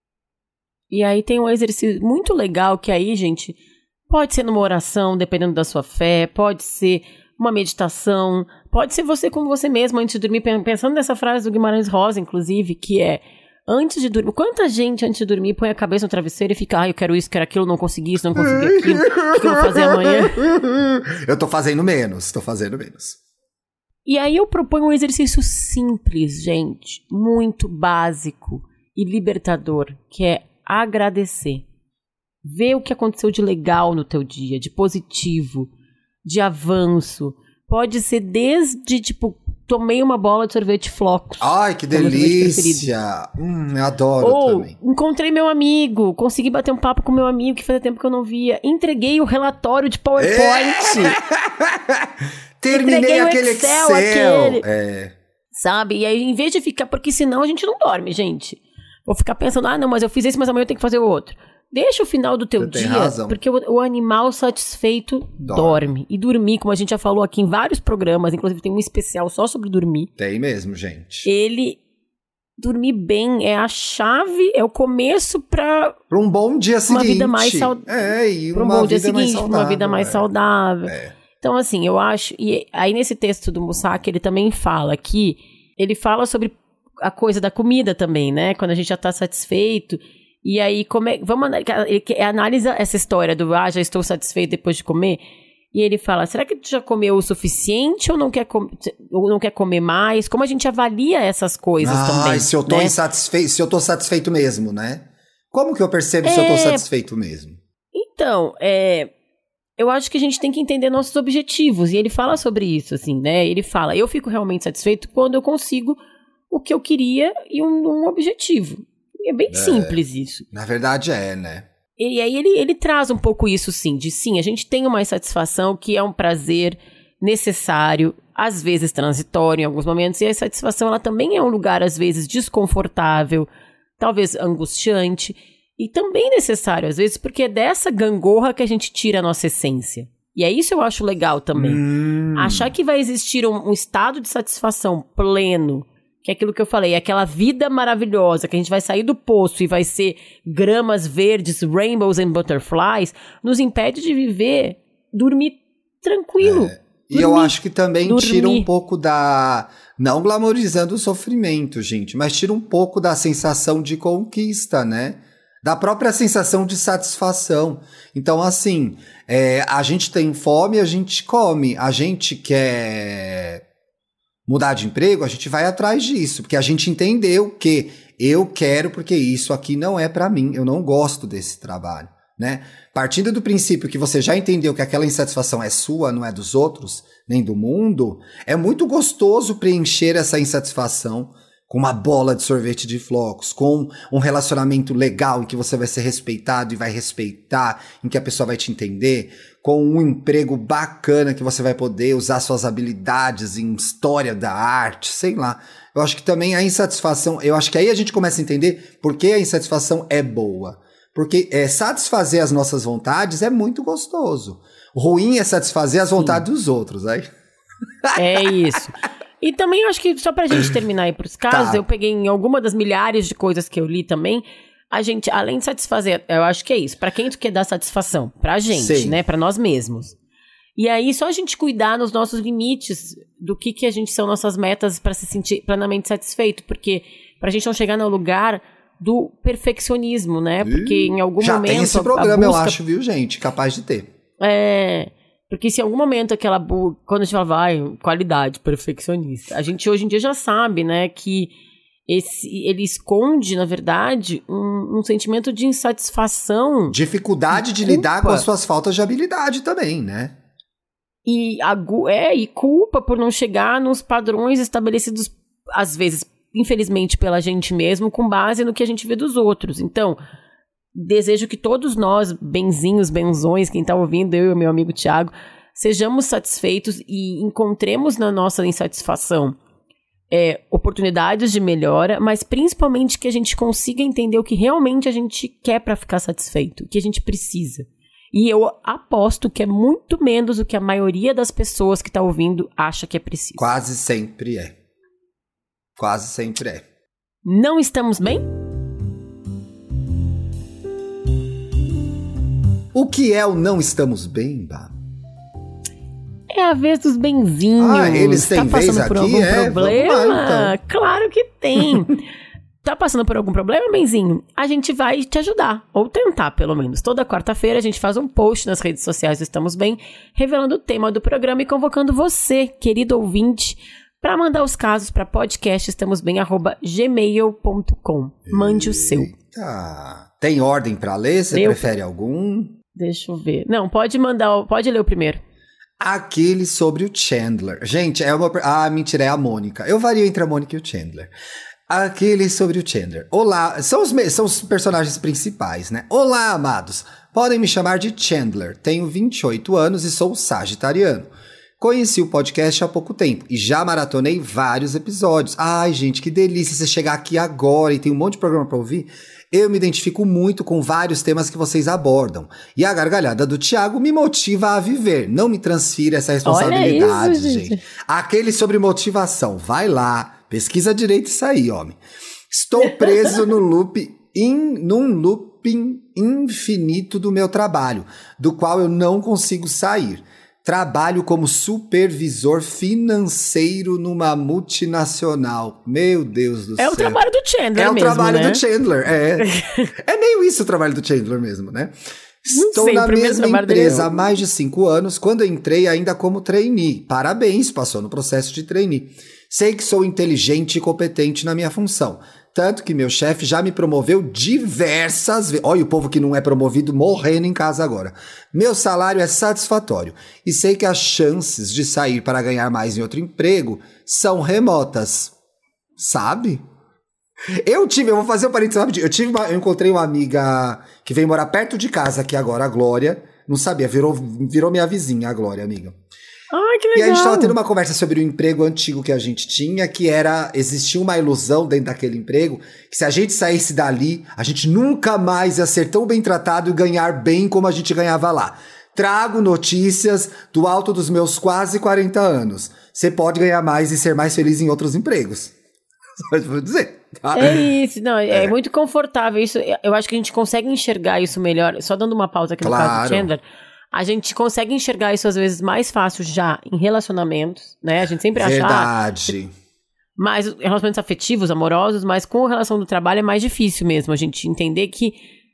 E aí tem um exercício muito legal que aí, gente... Pode ser numa oração, dependendo da sua fé, pode ser uma meditação, pode ser você como você mesmo antes de dormir, pensando nessa frase do Guimarães Rosa, inclusive, que é, antes de dormir, quanta gente antes de dormir põe a cabeça no travesseiro e fica, ah, eu quero isso, quero aquilo, não consegui isso, não consegui aquilo, o que eu vou fazer amanhã? Eu tô fazendo menos, tô fazendo menos. E aí eu proponho um exercício simples, gente, muito básico e libertador, que é agradecer. Vê o que aconteceu de legal no teu dia, de positivo, de avanço. Pode ser desde, tipo, tomei uma bola de sorvete flocos. Ai, que delícia! Hum, eu adoro Ou, também. encontrei meu amigo, consegui bater um papo com meu amigo que fazia tempo que eu não via. Entreguei o relatório de PowerPoint. É. Terminei Entreguei aquele o Excel, Excel. Aquele, é. Sabe? E aí, em vez de ficar... Porque senão a gente não dorme, gente. Vou ficar pensando, ah, não, mas eu fiz esse, mas amanhã eu tenho que fazer o outro. Deixa o final do teu Você dia, porque o, o animal satisfeito dorme. dorme. E dormir, como a gente já falou aqui em vários programas, inclusive tem um especial só sobre dormir. Tem mesmo, gente. Ele, dormir bem é a chave, é o começo para Pra um bom dia seguinte. Uma vida mais saudável. É, e pra um uma bom dia vida seguinte, mais saudável. Uma vida mais é. saudável. É. Então, assim, eu acho... E aí, nesse texto do Musac, ele também fala que... Ele fala sobre a coisa da comida também, né? Quando a gente já tá satisfeito... E aí, como é, vamos ele analisa essa história do, ah, já estou satisfeito depois de comer. E ele fala, será que tu já comeu o suficiente ou não quer, com, ou não quer comer mais? Como a gente avalia essas coisas ah, também? Se eu tô né? insatisfeito, se eu tô satisfeito mesmo, né? Como que eu percebo é, se eu tô satisfeito mesmo? Então, é, eu acho que a gente tem que entender nossos objetivos. E ele fala sobre isso, assim, né? Ele fala, eu fico realmente satisfeito quando eu consigo o que eu queria e um, um objetivo. É bem é, simples isso. Na verdade é, né? E aí ele, ele traz um pouco isso, sim, de sim, a gente tem uma insatisfação que é um prazer necessário, às vezes transitório em alguns momentos, e a insatisfação ela também é um lugar, às vezes, desconfortável, talvez angustiante, e também necessário, às vezes, porque é dessa gangorra que a gente tira a nossa essência. E é isso eu acho legal também. Hum. Achar que vai existir um, um estado de satisfação pleno, que é aquilo que eu falei, aquela vida maravilhosa, que a gente vai sair do poço e vai ser gramas verdes, rainbows and butterflies, nos impede de viver, dormir tranquilo. É. E dormir, eu acho que também dormir. Tira um pouco da... Não glamorizando o sofrimento, gente, mas tira um pouco da sensação de conquista, né? Da própria sensação de satisfação. Então, assim, é, a gente tem fome, a gente come. A gente quer mudar de emprego, a gente vai atrás disso. Porque a gente entendeu que eu quero porque isso aqui não é pra mim. Eu não gosto desse trabalho, né? Partindo do princípio que você já entendeu que aquela insatisfação é sua, não é dos outros, nem do mundo, é muito gostoso preencher essa insatisfação com uma bola de sorvete de flocos, com um relacionamento legal em que você vai ser respeitado e vai respeitar, em que a pessoa vai te entender, com um emprego bacana que você vai poder usar suas habilidades em história da arte, sei lá. Eu acho que também a insatisfação, eu acho que aí a gente começa a entender por que a insatisfação é boa. Porque é, satisfazer as nossas vontades é muito gostoso. O ruim é satisfazer as vontades Sim. dos outros, aí. É isso. E também eu acho que, só pra gente terminar aí pros casos, tá. eu peguei em alguma das milhares de coisas que eu li também, a gente, além de satisfazer, eu acho que é isso, pra quem tu quer dar satisfação? Pra gente, Sim. né? Pra nós mesmos. E aí, só a gente cuidar nos nossos limites do que que a gente são nossas metas pra se sentir plenamente satisfeito, porque pra gente não chegar no lugar do perfeccionismo, né? Porque em algum Já momento... Já tem esse programa, busca... eu acho, viu, gente? Capaz de ter. É... Porque se em algum momento aquela... Bu... Quando a gente fala, vai, qualidade, perfeccionista. A gente hoje em dia já sabe, né, que esse, ele esconde, na verdade, um, um sentimento de insatisfação. Dificuldade de culpa. Lidar com as suas faltas de habilidade também, né? E, a, é, e culpa por não chegar nos padrões estabelecidos, às vezes, infelizmente, pela gente mesmo, com base no que a gente vê dos outros. Então... Desejo que todos nós, benzinhos, benzões, quem tá ouvindo, eu e o meu amigo Thiago, sejamos satisfeitos e encontremos na nossa insatisfação é, oportunidades de melhora, mas principalmente que a gente consiga entender o que realmente a gente quer pra ficar satisfeito, o que a gente precisa. E eu aposto que é muito menos do que a maioria das pessoas que tá ouvindo acha que é preciso. Quase sempre é. Quase sempre é. Não estamos bem? O que é o não estamos bem, Bá? É a vez dos benzinhos. Ah, eles têm tá vez passando por aqui? algum É, problema? vamos lá, então. Claro que tem. Tá passando por algum problema, benzinho? A gente vai te ajudar, ou tentar, pelo menos. Toda quarta-feira a gente faz um post nas redes sociais do Estamos Bem, revelando o tema do programa e convocando você, querido ouvinte, para mandar os casos para podcast estamosbem arroba gmail ponto com. Mande o seu. Eita. Tem ordem para ler? Você eu... prefere algum? Deixa eu ver. Não, pode mandar, pode ler o primeiro. Aquele sobre o Chandler. Gente, é uma... Ah, mentira, é a Mônica. Eu vario entre a Mônica e o Chandler. Aquele sobre o Chandler. Olá, são os, me... são os personagens principais, né? Olá, amados. Podem me chamar de Chandler. Tenho vinte e oito anos e sou sagitariano. Conheci o podcast há pouco tempo e já maratonei vários episódios. Ai, gente, que delícia você chegar aqui agora e tem um monte de programa para ouvir. Eu me identifico muito com vários temas que vocês abordam. E a gargalhada do Thiago me motiva a viver. Não me transfira essa responsabilidade, Olha isso, gente. gente. Aquele sobre motivação. Vai lá, pesquisa direito isso aí, homem. Estou preso no loop, in, num looping infinito do meu trabalho, do qual eu não consigo sair. Trabalho como supervisor financeiro numa multinacional. Meu Deus do é céu. É o trabalho do Chandler É mesmo, o trabalho né? do Chandler, é. É meio isso o trabalho do Chandler mesmo, né? Estou Sempre na mesma empresa dele. há mais de cinco anos, quando eu entrei ainda como trainee. Parabéns, passou no processo de trainee. Sei que sou inteligente e competente na minha função. Tanto que meu chefe já me promoveu diversas vezes. Olha o povo que não é promovido morrendo em casa agora. Meu salário é satisfatório. E sei que as chances de sair para ganhar mais em outro emprego são remotas. Sabe? Eu tive, eu vou fazer um parênteses rapidinho. Eu, tive uma, eu encontrei uma amiga que veio morar perto de casa aqui agora, a Glória. Não sabia, virou, virou minha vizinha, a Glória, amiga. Ai, que legal. E a gente tava tendo uma conversa sobre o emprego antigo que a gente tinha, que era, existia uma ilusão dentro daquele emprego, que se a gente saísse dali, a gente nunca mais ia ser tão bem tratado e ganhar bem como a gente ganhava lá. Trago notícias do alto dos meus quase quarenta anos. Você pode ganhar mais e ser mais feliz em outros empregos. Só vou dizer. Tá? É isso, não, é, é muito confortável. Isso, eu acho que a gente consegue enxergar isso melhor. Só dando uma pausa aqui no Claro. caso do Chandler. A gente consegue enxergar isso às vezes mais fácil já em relacionamentos, né? A gente sempre acha... Verdade. Mais relacionamentos afetivos, amorosos, mas com a relação do trabalho é mais difícil mesmo. A gente entender que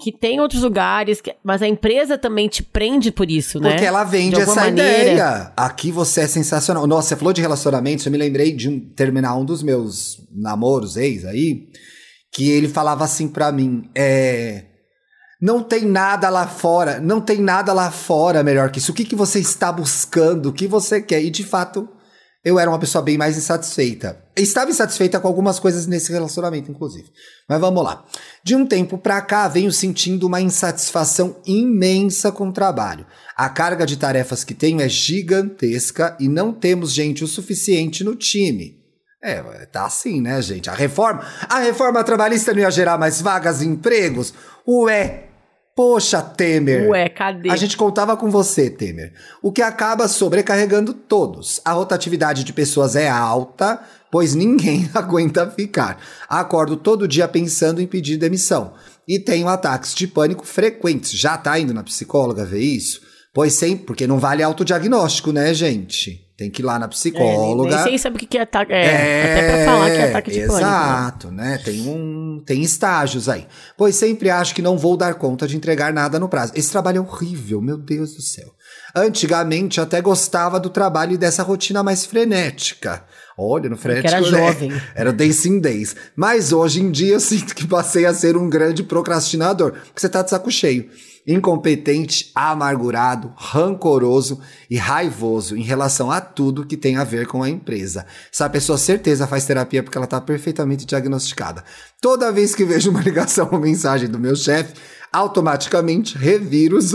que tem outros lugares, que, mas a empresa também te prende por isso, né? Porque ela vende essa maneira. ideia. Aqui você é sensacional. Nossa, você falou de relacionamentos, eu me lembrei de um, terminar um dos meus namoros, ex aí, que ele falava assim pra mim, é... Não tem nada lá fora, não tem nada lá fora melhor que isso. O que, que você está buscando, o que você quer? E de fato, eu era uma pessoa bem mais insatisfeita. Estava insatisfeita com algumas coisas nesse relacionamento, inclusive. Mas vamos lá. De um tempo pra cá, venho sentindo uma insatisfação imensa com o trabalho. A carga de tarefas que tenho é gigantesca e não temos gente o suficiente no time. É, tá assim, né, gente? A reforma, a reforma trabalhista não ia gerar mais vagas e empregos? Ué, poxa, Temer. Ué, cadê? A gente contava com você, Temer. O que acaba sobrecarregando todos. A rotatividade de pessoas é alta, pois ninguém aguenta ficar. Acordo todo dia pensando em pedir demissão. E tenho ataques de pânico frequentes. Já tá indo na psicóloga ver isso? Pois sempre, porque não vale autodiagnóstico, né, gente? Tem que ir lá na psicóloga. É, nem sei sabe o que é ataque. É, é, até pra falar que é ataque de exato, pânico. Exato, né? Tem, um, tem estágios aí. Pois sempre acho que não vou dar conta de entregar nada no prazo. Esse trabalho é horrível, meu Deus do céu. Antigamente até gostava do trabalho e dessa rotina mais frenética. Olha, no frenético... era jovem. Né? Era o Dancing Days. Mas hoje em dia eu sinto que passei a ser um grande procrastinador. Porque você tá de saco cheio. Incompetente, amargurado, rancoroso e raivoso em relação a tudo que tem a ver com a empresa. Essa pessoa certeza faz terapia porque ela está perfeitamente diagnosticada. Toda vez que vejo uma ligação ou mensagem do meu chefe, automaticamente reviro os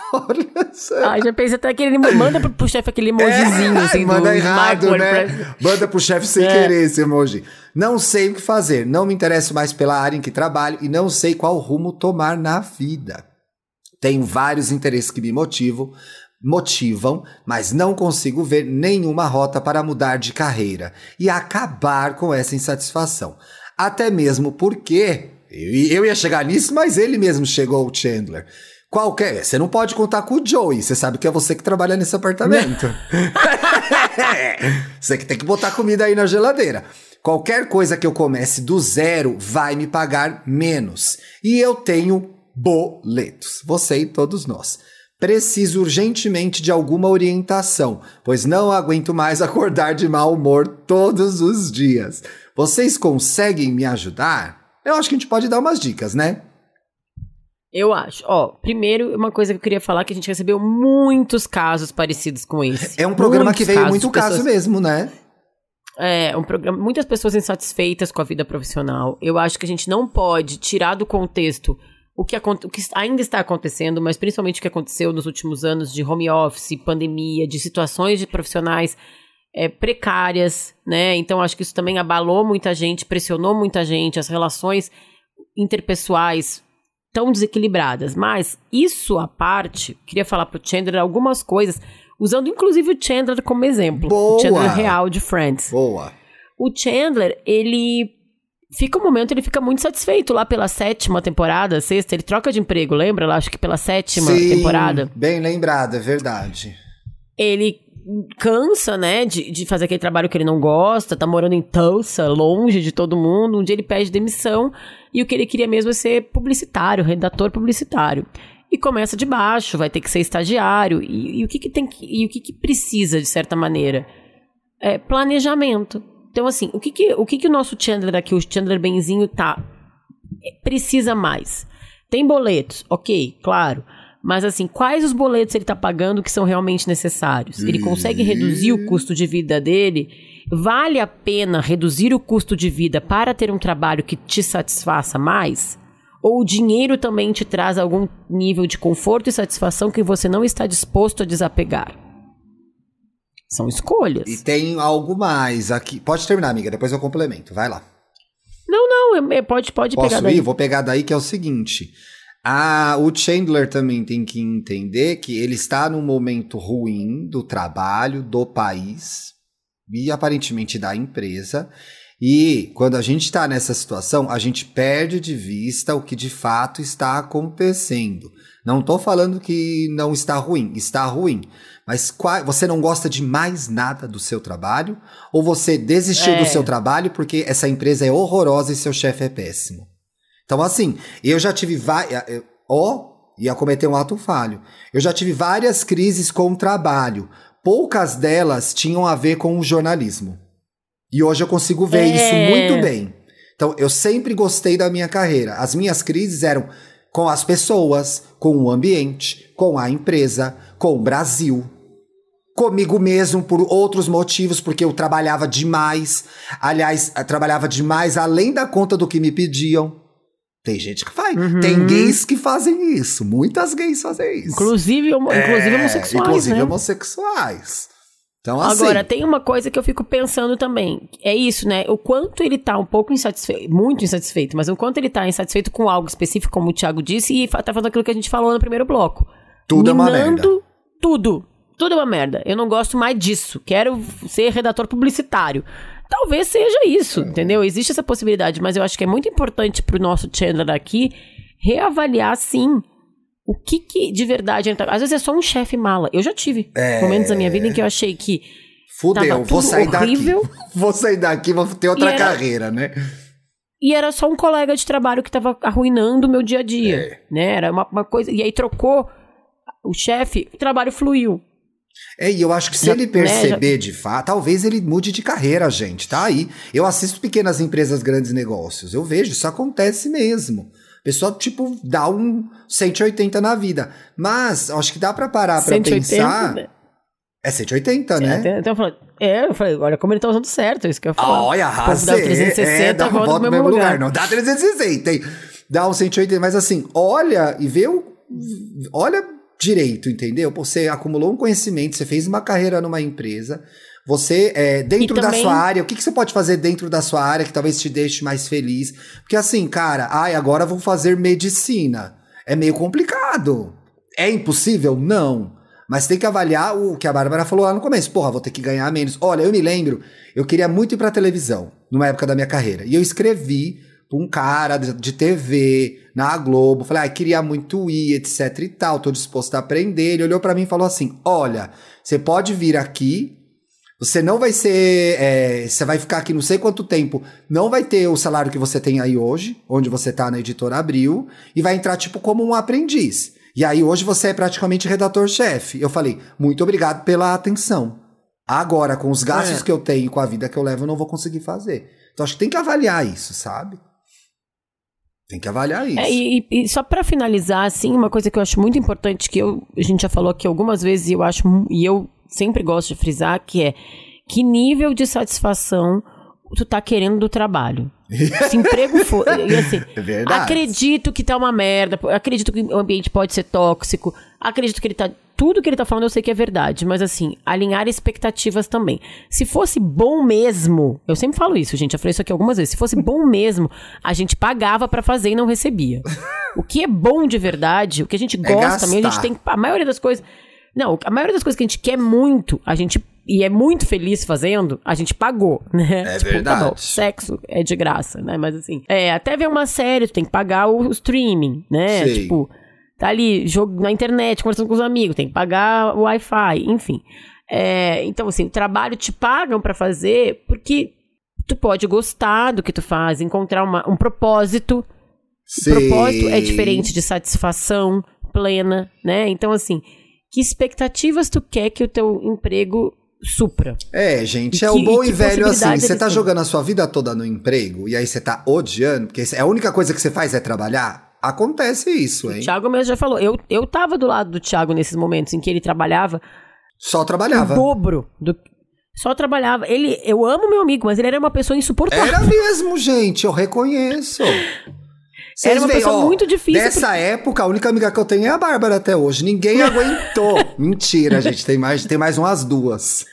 olhos. Ah, já pensei até que ele manda pro, pro chefe aquele emojizinho, é, assim, manda do errado, Smart né? WordPress. Manda pro chefe sem é. querer esse emoji. Não sei o que fazer, não me interesso mais pela área em que trabalho e não sei qual rumo tomar na vida. Tenho vários interesses que me motivam, motivam, mas não consigo ver nenhuma rota para mudar de carreira e acabar com essa insatisfação. Até mesmo porque, eu ia chegar nisso, mas ele mesmo chegou, o Chandler. Qualquer, você não pode contar com o Joey, você sabe que é você que trabalha nesse apartamento. Você que tem que botar comida aí na geladeira. Qualquer coisa que eu comece do zero vai me pagar menos. E eu tenho boletos, você e todos nós. Preciso urgentemente de alguma orientação, pois não aguento mais acordar de mau humor todos os dias. Vocês conseguem me ajudar? Eu acho que a gente pode dar umas dicas, né? Eu acho. Ó, primeiro, uma coisa que eu queria falar, que a gente recebeu muitos casos parecidos com esse. É um programa muitos que veio casos, muito caso pessoas... mesmo, né? É, um programa, muitas pessoas insatisfeitas com a vida profissional. Eu acho que a gente não pode tirar do contexto O que, o que ainda está acontecendo, mas principalmente o que aconteceu nos últimos anos de home office, pandemia, de situações de profissionais é, precárias, né? Então, acho que isso também abalou muita gente, pressionou muita gente, as relações interpessoais tão desequilibradas. Mas, isso à parte, queria falar pro Chandler algumas coisas, usando inclusive o Chandler como exemplo. Boa. O Chandler real de Friends. Boa. O Chandler, ele... Fica um momento, ele fica muito satisfeito lá pela sétima temporada, sexta, ele troca de emprego, lembra? Lá, acho que pela sétima Sim, temporada. Bem lembrado, é verdade. Ele cansa, né, de, de fazer aquele trabalho que ele não gosta, tá morando em Tulsa, longe de todo mundo. Um dia ele pede demissão e o que ele queria mesmo é ser publicitário, redator publicitário. E começa de baixo, vai ter que ser estagiário. E, e o que que tem que, e o que que precisa, de certa maneira? É planejamento. Então, assim, o que que o, que que o nosso Chandler aqui, o Chandler benzinho, tá, precisa mais? Tem boletos, ok, claro. Mas, assim, quais os boletos ele tá pagando que são realmente necessários? Ele consegue reduzir o custo de vida dele? Vale a pena reduzir o custo de vida para ter um trabalho que te satisfaça mais? Ou o dinheiro também te traz algum nível de conforto e satisfação que você não está disposto a desapegar? São escolhas. E tem algo mais aqui. Pode terminar, amiga, depois eu complemento. Vai lá. Não, não, eu, eu, pode, pode Posso pegar ir? daí. Vou pegar daí, que é o seguinte. Ah, o Chandler também tem que entender que ele está num momento ruim do trabalho, do país e aparentemente da empresa. E quando a gente está nessa situação, a gente perde de vista o que de fato está acontecendo. Não estou falando que não está ruim, está ruim. Mas qual, você não gosta de mais nada do seu trabalho? Ou você desistiu é. do seu trabalho porque essa empresa é horrorosa e seu chefe é péssimo? Então, assim, eu já tive várias... ó, ia cometer um ato falho. Eu já tive várias crises com o trabalho. Poucas delas tinham a ver com o jornalismo. E hoje eu consigo ver é. isso muito bem. Então, eu sempre gostei da minha carreira. As minhas crises eram com as pessoas, com o ambiente, com a empresa, com o Brasil. Comigo mesmo, por outros motivos, porque eu trabalhava demais. Aliás, eu trabalhava demais além da conta do que me pediam. Tem gente que faz. Uhum. Tem gays que fazem isso. Muitas gays fazem isso. Inclusive, homo- é, inclusive homossexuais, Inclusive né? homossexuais. Então, assim, agora, tem uma coisa que eu fico pensando também. É isso, né? O quanto ele tá um pouco insatisfeito, muito insatisfeito, mas o quanto ele tá insatisfeito com algo específico, como o Thiago disse, e tá fazendo aquilo que a gente falou no primeiro bloco. Tudo Minando é uma merda. Tudo. Tudo é uma merda. Eu não gosto mais disso. Quero ser redator publicitário. Talvez seja isso, é. entendeu? Existe essa possibilidade, mas eu acho que é muito importante pro nosso Chandler aqui reavaliar, sim, o que que de verdade... Às vezes é só um chefe mala. Eu já tive é... momentos da minha vida em que eu achei que fudeu, vou sair horrível, daqui. Vou sair daqui, vou ter outra era... carreira, né? E era só um colega de trabalho que tava arruinando o meu dia a dia, é. né? Era uma, uma coisa... E aí trocou o chefe, o trabalho fluiu. É, e eu acho que se já, ele perceber, né, já... de fato, talvez ele mude de carreira, gente, tá aí. Eu assisto pequenas empresas, grandes negócios, eu vejo, isso acontece mesmo. A pessoa, tipo, dá um cento e oitenta na vida. Mas, acho que dá pra parar pra cento e oitenta, pensar... Né? É cento e oitenta, né? É, então eu falei, é, eu falei, olha como ele tá usando certo, é isso que eu falo. Olha, arrasei. Dá trezentos e sessenta, é, dá uma volta no mesmo lugar. lugar. Não dá trezentos e sessenta, hein? Dá um cento e oitenta, mas assim, olha e vê o... Olha direito, entendeu? Você acumulou um conhecimento, você fez uma carreira numa empresa... Você, é, dentro também... da sua área, o que, que você pode fazer dentro da sua área que talvez te deixe mais feliz? Porque assim, cara, ai, agora vou fazer medicina. É meio complicado. É impossível? Não. Mas tem que avaliar o que a Bárbara falou lá no começo. Porra, vou ter que ganhar menos. Olha, eu me lembro, eu queria muito ir pra televisão, numa época da minha carreira. E eu escrevi pra um cara de T V, na Globo. Falei, ah, queria muito ir, etc e tal. Tô disposto a aprender. Ele olhou pra mim e falou assim, olha, você pode vir aqui... Você não vai ser... É, você vai ficar aqui não sei quanto tempo. Não vai ter o salário que você tem aí hoje, onde você tá na Editora Abril, e vai entrar tipo como um aprendiz. E aí hoje você é praticamente redator-chefe. Eu falei, muito obrigado pela atenção. Agora, com os gastos é. que eu tenho, com a vida que eu levo, eu não vou conseguir fazer. Então acho que tem que avaliar isso, sabe? Tem que avaliar isso. É, e, e só pra finalizar, assim, uma coisa que eu acho muito importante, que eu, a gente já falou aqui algumas vezes, e eu acho... E eu sempre gosto de frisar, que é que nível de satisfação tu tá querendo do trabalho. Se emprego for... E assim, é verdade. Acredito que tá uma merda, acredito que o ambiente pode ser tóxico, acredito que ele tá... Tudo que ele tá falando eu sei que é verdade, mas assim, alinhar expectativas também. Se fosse bom mesmo, eu sempre falo isso, gente, já falei isso aqui algumas vezes, se fosse bom mesmo, a gente pagava pra fazer e não recebia. O que é bom de verdade, o que a gente gosta é também, a gente tem... A maioria das coisas... Não, a maioria das coisas que a gente quer muito, a gente e é muito feliz fazendo, a gente pagou, né? É tipo, verdade. Tá bom, sexo é de graça, né? Mas assim, é, até ver uma série, tu tem que pagar o streaming, né? Sim. Tipo, tá ali, jogo na internet, conversando com os amigos, tem que pagar o Wi-Fi, enfim. É, então, assim, o trabalho te pagam pra fazer porque tu pode gostar do que tu faz, encontrar uma, um propósito. Sim. O propósito é diferente de satisfação plena, né? Então, assim... Que expectativas tu quer que o teu emprego supra? É, gente, que, é o bom e, e velho assim, você tá têm? jogando a sua vida toda no emprego e aí você tá odiando, porque a única coisa que você faz é trabalhar, acontece isso, hein? O Thiago mesmo já falou, eu, eu tava do lado do Thiago nesses momentos em que ele trabalhava... Só trabalhava. O dobro do... Só trabalhava. Ele, eu amo meu amigo, mas ele era uma pessoa insuportável. Era mesmo, gente, eu reconheço. Vocês Era uma veem, pessoa ó, muito difícil. Nessa porque... época, a única amiga que eu tenho é a Bárbara até hoje. Ninguém aguentou. Mentira, gente. Tem mais, tem mais umas duas.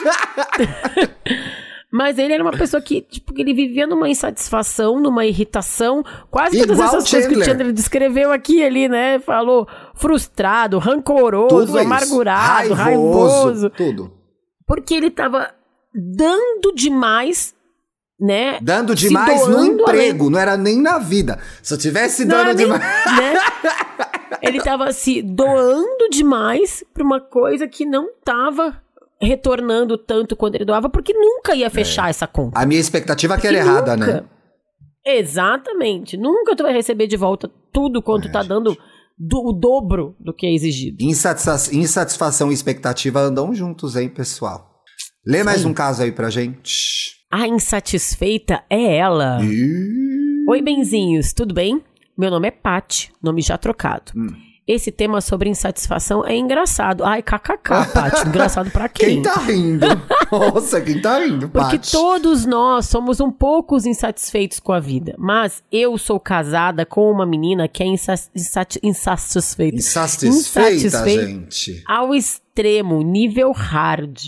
Mas ele era uma pessoa que, tipo, ele vivia numa insatisfação, numa irritação. Quase Igual todas essas Chandler. coisas que o Chandler descreveu aqui, ali, né? Falou frustrado, rancoroso, amargurado, raivoso, raivoso. Tudo. Porque ele tava dando demais... Né? Dando demais no emprego, além... não era nem na vida. Se eu tivesse não dando demais. Nem, né? Ele tava se doando demais pra uma coisa que não tava retornando tanto quanto ele doava, porque nunca ia fechar é. essa conta. A minha expectativa é que era nunca, errada, né? Exatamente. Nunca tu vai receber de volta tudo quanto é, tá gente. dando do, o dobro do que é exigido. Insatisfa- insatisfação e expectativa andam juntos, hein, pessoal? Lê mais um caso aí pra gente. A insatisfeita é ela. Ih. Oi, benzinhos, tudo bem? Meu nome é Paty, nome já trocado. Hum. Esse tema sobre insatisfação é engraçado. Ai, kkk, Paty. Engraçado pra quem? Quem tá rindo? Nossa, quem tá rindo, Porque Paty? todos nós somos um pouco insatisfeitos com a vida. Mas eu sou casada com uma menina que é insa- insati- insatisfeita. Insatisfeita, Insatisfeita gente. ao extremo, nível hard.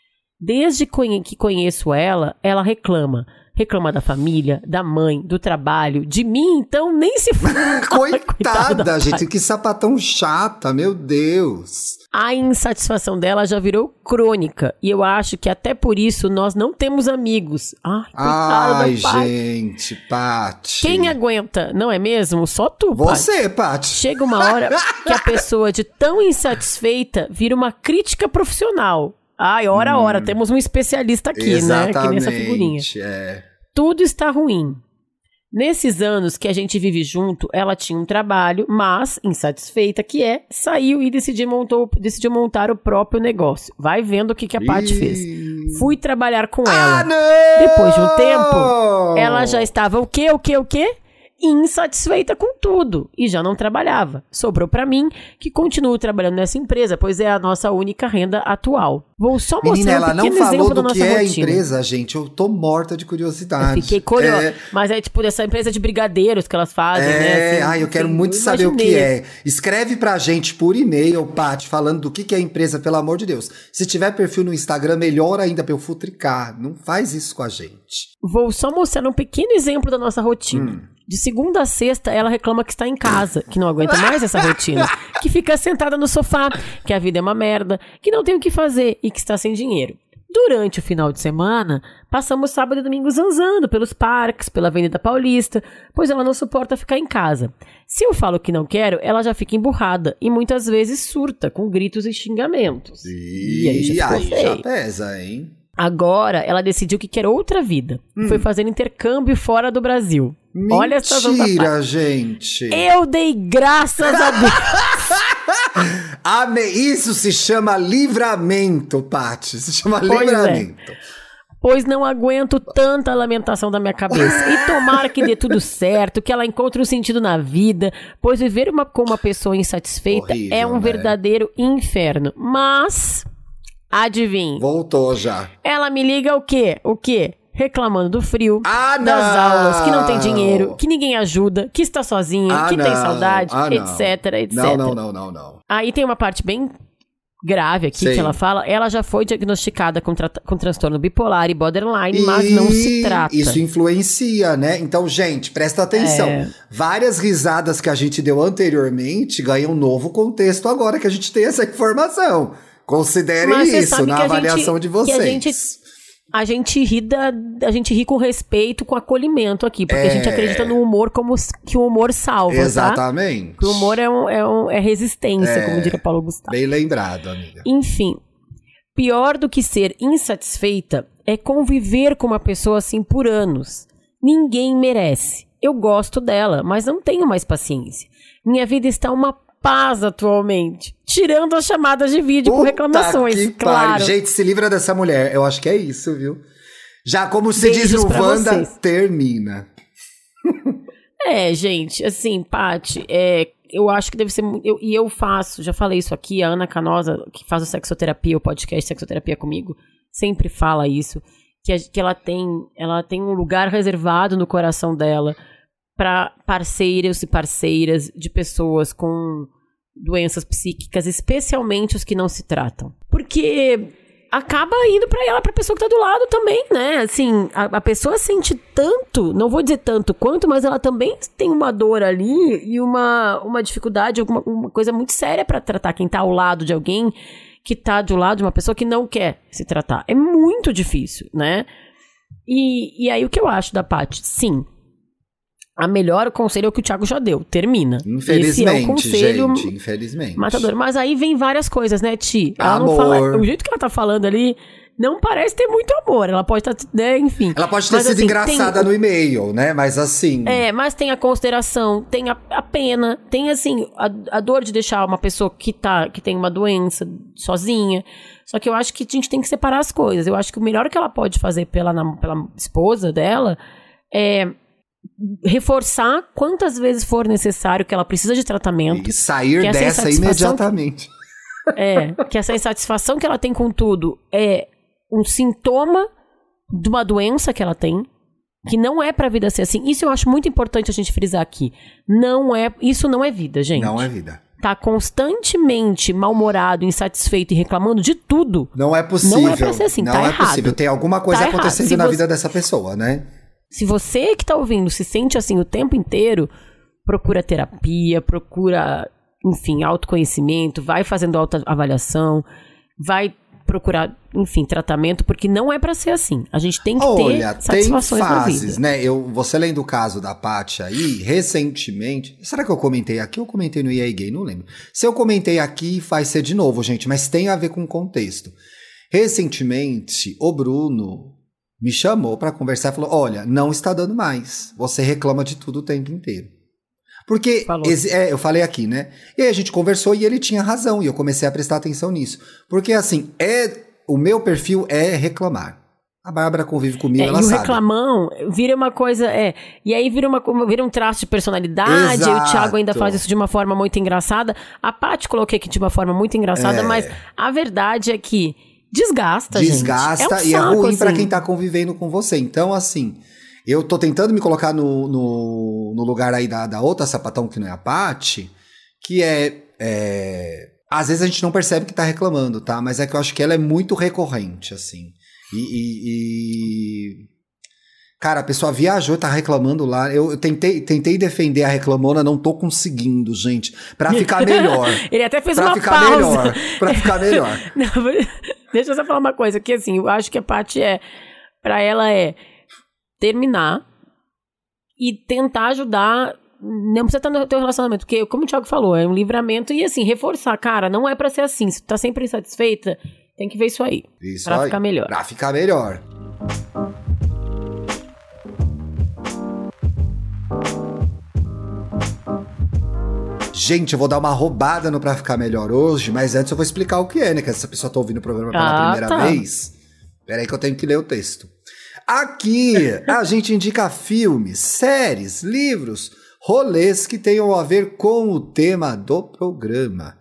Desde conhe- que conheço ela, ela reclama. Reclama da família, da mãe, do trabalho, de mim, então nem se fala. Coitada, da gente, Paty. que sapatão chata, meu Deus. A insatisfação dela já virou crônica. E eu acho que até por isso nós não temos amigos. Ai, coitada Ai, da Paty. gente, Paty. Quem aguenta, não é mesmo? Só tu, Paty. Você, Paty. Chega uma hora que a pessoa de tão insatisfeita vira uma crítica profissional. Ai, hora a hora, temos um especialista aqui, Exatamente, né? Que nessa figurinha. é. Tudo está ruim. Nesses anos que a gente vive junto, ela tinha um trabalho, mas, insatisfeita que é, saiu e decidiu, montou, decidiu montar o próprio negócio. Vai vendo o que, que a Paty Ih. fez. Fui trabalhar com ela. Ah, não! Depois de um tempo, ela já estava o quê, o quê, o quê? Insatisfeita com tudo e já não trabalhava. Sobrou pra mim, que continuo trabalhando nessa empresa, pois é a nossa única renda atual. Vou só mostrar Menina, um ela não pequeno falou exemplo da do nossa que é a rotina. empresa, gente. Eu tô morta de curiosidade. Eu fiquei curiosa, É, mas é tipo dessa empresa de brigadeiros que elas fazem, né? é assim, ai, eu quero assim, muito eu saber o que imaginei. é. Escreve pra gente por e-mail, Paty, falando do que que é a empresa, pelo amor de Deus. Se tiver perfil no Instagram, melhor ainda pra eu futricar. Não faz isso com a gente. Vou só mostrar um pequeno exemplo da nossa rotina. Hum. De segunda a sexta, ela reclama que está em casa, que não aguenta mais essa rotina, que fica sentada no sofá, que a vida é uma merda, que não tem o que fazer e que está sem dinheiro. Durante o final de semana, passamos sábado e domingo zanzando pelos parques, pela Avenida Paulista, pois ela não suporta ficar em casa. Se eu falo que não quero, ela já fica emburrada e muitas vezes surta com gritos e xingamentos. E, aí já ficou aí já feio. pesa, hein? Agora, ela decidiu que quer outra vida. Hum. Foi fazer intercâmbio fora do Brasil. Olha essa Mentira, gente. Eu dei graças a Deus. Ame- Isso se chama livramento, Paty. Se chama Pois é. livramento. Pois não aguento tanta lamentação da minha cabeça. E tomara que dê tudo certo, que ela encontre um sentido na vida, pois viver uma, com uma pessoa insatisfeita Horrível, é um né? verdadeiro inferno. Mas, adivinhe, Voltou já. ela me liga o quê? O quê? Reclamando do frio, Ah, não! das aulas, que não tem dinheiro, que ninguém ajuda, que está sozinha, Ah, que tem não. saudade, Ah, não. etc, etc. Não, não, não, não, não. Aí tem uma parte bem grave aqui Sei. que ela fala. Ela já foi diagnosticada com, tra- com transtorno bipolar e borderline, mas não se trata. Isso influencia, né? Então, gente, presta atenção. É. Várias risadas que a gente deu anteriormente ganham um novo contexto agora que a gente tem essa informação. Considerem Mas você isso sabe na que a avaliação gente- de que a vocês. gente- A gente ri da, a gente ri com respeito, com acolhimento aqui, porque É. a gente acredita no humor como s- que o humor salva, tá? Exatamente. Que o humor é, um, é, um- é resistência, É. como diria Paulo Gustavo. Bem lembrado, amiga. Enfim, pior do que ser insatisfeita é conviver com uma pessoa assim por anos. Ninguém merece. Eu gosto dela, mas não tenho mais paciência. Minha vida está uma paz atualmente, tirando as chamadas de vídeo com Puta reclamações, que claro. pariu. Gente, se livra dessa mulher. Eu acho que é isso, viu? Já como se diz Beijos no pra Wanda, vocês. termina. É, gente, assim, Paty, é, eu acho que deve ser... mu- eu- E eu faço, já falei isso aqui, a Ana Canosa, que faz o Sexoterapia, o podcast Sexoterapia comigo, sempre fala isso, que, a- que ela, tem, ela tem um lugar reservado no coração dela para parceiros e parceiras de pessoas com doenças psíquicas, especialmente os que não se tratam. Porque acaba indo pra ela, pra pessoa que tá do lado também, né? Assim, a, a pessoa sente tanto, não vou dizer tanto quanto, mas ela também tem uma dor ali e uma, uma dificuldade, alguma, uma coisa muito séria pra tratar quem tá ao lado de alguém que tá do lado de uma pessoa que não quer se tratar. É muito difícil, né? E, e aí o que eu acho da Paty? Sim, a melhor conselho é o que o Thiago já deu. Termina. Infelizmente, Esse é o conselho gente, infelizmente. matador. Mas aí vem várias coisas, né, Ti? Ela Amor. não fala. O jeito que ela tá falando ali não parece ter muito amor. Ela pode estar, né, enfim. Ela pode ter mas, sido assim, engraçada tem... no e-mail, né? Mas assim... É, mas tem a consideração, tem a, a pena, tem, assim, a, a dor de deixar uma pessoa que, tá, que tem uma doença sozinha. Só que eu acho que a gente tem que separar as coisas. Eu acho que o melhor que ela pode fazer pela, pela esposa dela é reforçar quantas vezes for necessário que ela precisa de tratamento. E sair dessa imediatamente. Que, é, que essa insatisfação que ela tem com tudo é um sintoma de uma doença que ela tem, que não é pra vida ser assim. Isso eu acho muito importante a gente frisar aqui. Não é, isso não é vida, gente. Não é vida. Tá constantemente mal-humorado, insatisfeito e reclamando de tudo. Não é possível. Não é pra ser assim, não tá é errado. possível. Tem alguma coisa tá acontecendo na você... vida dessa pessoa, né? Se você que tá ouvindo se sente assim o tempo inteiro, procura terapia, procura, enfim, autoconhecimento, vai fazendo autoavaliação, vai procurar, enfim, tratamento, porque não é pra ser assim. A gente tem que Olha, ter satisfações tem fases, na vida. Né? Eu, você lendo o caso da Paty aí, recentemente... Será que eu comentei aqui ou comentei no I A Gay? Não lembro. Se eu comentei aqui, vai ser de novo, gente, mas tem a ver com o contexto. Recentemente, o Bruno me chamou pra conversar e falou, olha, não está dando mais. Você reclama de tudo o tempo inteiro. Porque, é, eu falei aqui, né? E aí a gente conversou e ele tinha razão. E eu comecei a prestar atenção nisso. Porque, assim, é, o meu perfil é reclamar. A Bárbara convive comigo, é, ela e sabe. E o reclamão vira uma coisa... É, e aí vira, uma, vira um traço de personalidade. Exato. E o Thiago ainda faz isso de uma forma muito engraçada. A Paty coloquei aqui de uma forma muito engraçada. É. Mas a verdade é que desgasta, desgasta gente. Desgasta é um e saco, é ruim assim. pra quem tá convivendo com você. Então, assim... Eu tô tentando me colocar no, no, no lugar aí da, da outra sapatão que não é a Paty, que é, é... Às vezes a gente não percebe que tá reclamando, tá? Mas é que eu acho que ela é muito recorrente, assim. E... e, e... Cara, a pessoa viajou, tá reclamando lá. Eu, eu tentei, tentei defender a reclamona, não tô conseguindo, gente. Pra ficar melhor. Ele até fez pra uma ficar pausa. Melhor, pra ficar melhor. Não, deixa eu só falar uma coisa, que assim, eu acho que a Paty é... Pra ela é... terminar e tentar ajudar, não precisa estar no teu relacionamento, porque, como o Thiago falou, é um livramento e, assim, reforçar, cara, não é pra ser assim, se tu tá sempre insatisfeita, tem que ver isso aí, isso pra aí, ficar melhor. Pra ficar melhor. Gente, eu vou dar uma roubada no Pra Ficar Melhor hoje, mas antes eu vou explicar o que é, né, que essa pessoa tá ouvindo o programa pela ah, primeira tá. vez. Peraí que eu tenho que ler o texto. Aqui a gente indica filmes, séries, livros, rolês que tenham a ver com o tema do programa.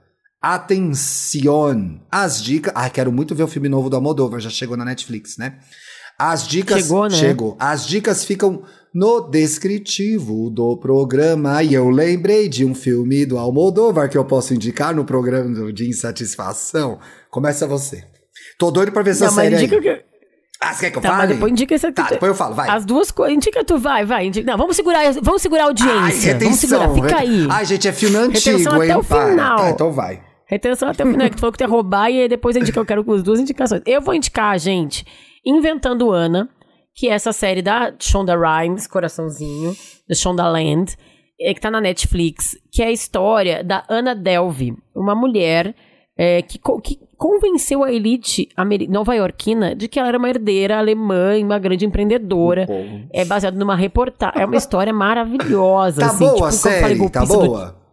Atenção! As dicas... Ah, quero muito ver o filme novo do Almodóvar, já chegou na Netflix, né? As dicas... Chegou, né? Chegou. As dicas ficam no descritivo do programa. E eu lembrei de um filme do Almodóvar que eu posso indicar no programa de insatisfação. Começa você. Tô doido pra ver essa Não, série mas indica aí. que... Ah, você quer que eu tá, fale? Mas depois indica esse aqui. Tá, depois eu falo, vai. As duas coisas. Indica tu, vai, vai. Indica. Não, vamos segurar, vamos segurar a audiência. Ai, retenção. Vamos segurar, fica aí. Ai, gente, é filme antigo, retenção hein? até o final. Tá, então vai. Retenção até o final. Que tu falou que tu ia roubar e aí depois indica, eu quero com as duas indicações. Eu vou indicar, gente, Inventando Anna, que é essa série da Shonda Rhimes, Coraçãozinho, da Shonda Land, que tá na Netflix, que é a história da Anna Delvey, uma mulher é, que, que convenceu a elite nova-iorquina de que ela era uma herdeira alemã e uma grande empreendedora. Bom. É baseado numa reportagem. É uma história maravilhosa. Tá assim, boa tipo, a série? Tá boa? Do...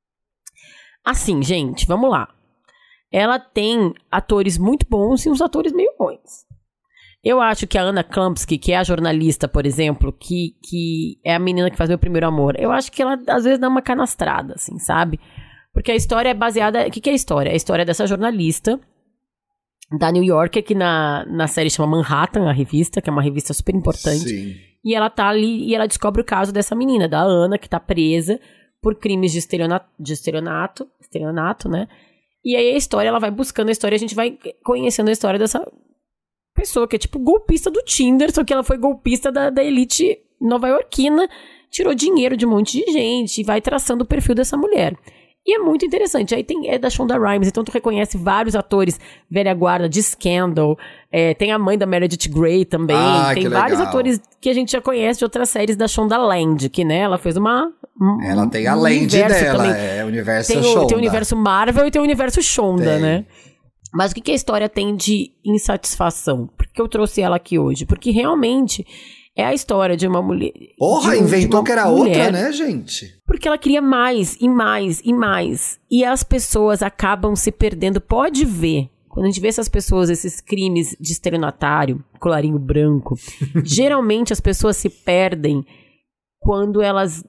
Assim, gente, vamos lá. Ela tem atores muito bons e uns atores meio ruins. Eu acho que a Anna Klumsky, que é a jornalista, por exemplo, que, que é a menina que faz Meu Primeiro Amor, eu acho que ela, às vezes, dá uma canastrada, assim, sabe? Porque a história é baseada... O que, que é a história? É a história dessa jornalista da New Yorker, que na, na série chama Manhattan, a revista, que é uma revista super importante. Sim. E ela tá ali e ela descobre o caso dessa menina, da Ana, que tá presa por crimes de estelionato, de estelionato, estelionato, né? E aí a história, ela vai buscando a história, a gente vai conhecendo a história dessa pessoa que é tipo golpista do Tinder, só que ela foi golpista da, da elite nova-iorquina, tirou dinheiro de um monte de gente e vai traçando o perfil dessa mulher. E é muito interessante. Aí tem, é da Shonda Rhimes, então tu reconhece vários atores velha guarda de Scandal, é, tem a mãe da Meredith Grey também, ah, tem que vários legal. atores que a gente já conhece de outras séries da Shonda Land, que, né, ela fez uma... Um, ela tem a um Land dela, também. é o universo tem o, Shonda. Tem o universo Marvel e tem o universo Shonda, tem. né? Mas o que, que a história tem de insatisfação? Por que eu trouxe ela aqui hoje? Porque realmente é a história de uma mulher... Porra, de um, inventou de que era mulher, outra, né, gente? Porque ela queria mais, e mais, e mais. E as pessoas acabam se perdendo. Pode ver, quando a gente vê essas pessoas, esses crimes de estelionatário, colarinho branco, geralmente as pessoas se perdem quando elas...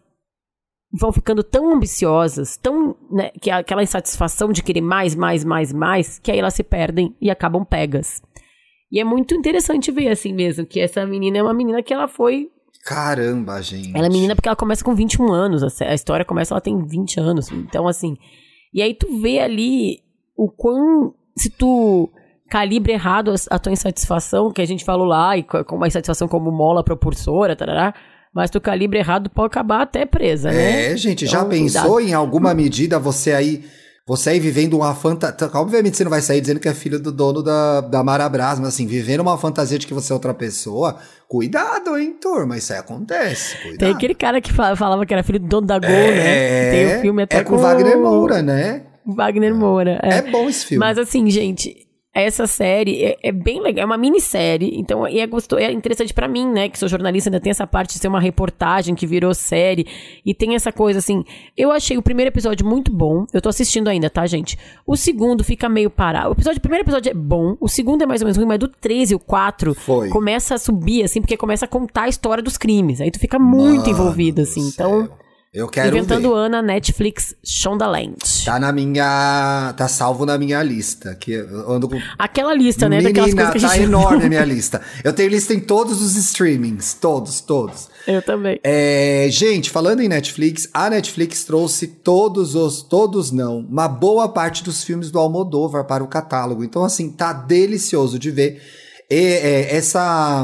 vão ficando tão ambiciosas, tão, né, que aquela insatisfação de querer mais, mais, mais, mais, que aí elas se perdem e acabam pegas. E é muito interessante ver assim mesmo, que essa menina é uma menina que ela foi... Caramba, gente. Ela é menina porque ela começa com vinte e um anos, a história começa, ela tem vinte anos, então assim... E aí tu vê ali o quão... Se tu calibra errado a, a tua insatisfação, que a gente falou lá, e com uma insatisfação como mola propulsora, tarará, mas tu calibra errado pode acabar até presa, né? É, gente, já então, pensou cuidado. Em alguma medida você aí, você aí vivendo uma fantasia, obviamente você não vai sair dizendo que é filho do dono da, da Marabras, mas assim, vivendo uma fantasia de que você é outra pessoa, cuidado, hein, turma, isso aí acontece, cuidado. Tem aquele cara que falava que era filho do dono da Gol, é, né? Tem o filme até é com o Wagner Moura, né? Wagner Moura. É. é bom esse filme. Mas assim, gente... Essa série é, é bem legal, é uma minissérie, então e é, gostoso, é interessante pra mim, né, que sou jornalista, ainda tem essa parte de ser uma reportagem que virou série, e tem essa coisa assim, eu achei o primeiro episódio muito bom, eu tô assistindo ainda, tá, gente? O segundo fica meio parado, o, episódio, o primeiro episódio é bom, o segundo é mais ou menos ruim, mas do três e o quatro Foi. Começa a subir, assim, porque começa a contar a história dos crimes, aí tu fica muito Mano envolvido, assim, então... Céu. Eu quero Inventando ver. Ana, Netflix, Shondaland. Tá na minha... Tá salvo na minha lista. Que eu ando com... Aquela lista, né? Menina, Daquelas coisas que a tá gente... enorme a minha lista. Eu tenho lista em todos os streamings. Todos, todos. Eu também. É, gente, falando em Netflix, a Netflix trouxe todos os... Todos não. Uma boa parte dos filmes do Almodóvar para o catálogo. Então, assim, tá delicioso de ver. E, é, essa...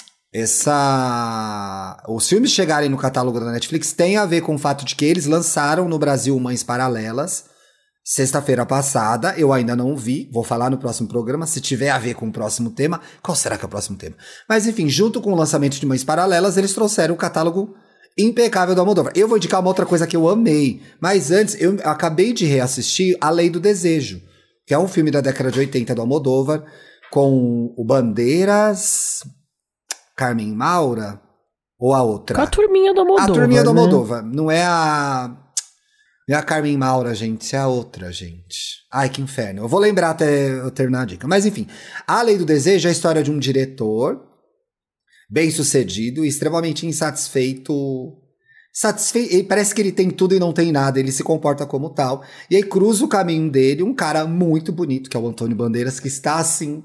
Essa... Os filmes chegarem no catálogo da Netflix tem a ver com o fato de que eles lançaram no Brasil Mães Paralelas sexta-feira passada. Eu ainda não vi, vou falar no próximo programa, se tiver a ver com o próximo tema. Qual será que é o próximo tema? Mas enfim, junto com o lançamento de Mães Paralelas, eles trouxeram o catálogo impecável do Almodóvar. Eu vou indicar uma outra coisa que eu amei, mas antes eu acabei de reassistir A Lei do Desejo, que é um filme da década de oitenta do Almodóvar, com o Bandeiras... Carmen Maura ou a outra? Com a turminha do Almodóvar. A turminha do né? Almodóvar. Não é a... Não é a Carmen Maura, gente. É a outra, gente. Ai, que inferno. Eu vou lembrar até eu terminar a dica. Mas, enfim. A Lei do Desejo é a história de um diretor bem-sucedido e extremamente insatisfeito. Satisfeito. Ele parece que ele tem tudo e não tem nada. Ele se comporta como tal. E aí cruza o caminho dele um cara muito bonito, que é o Antônio Bandeiras, que está assim...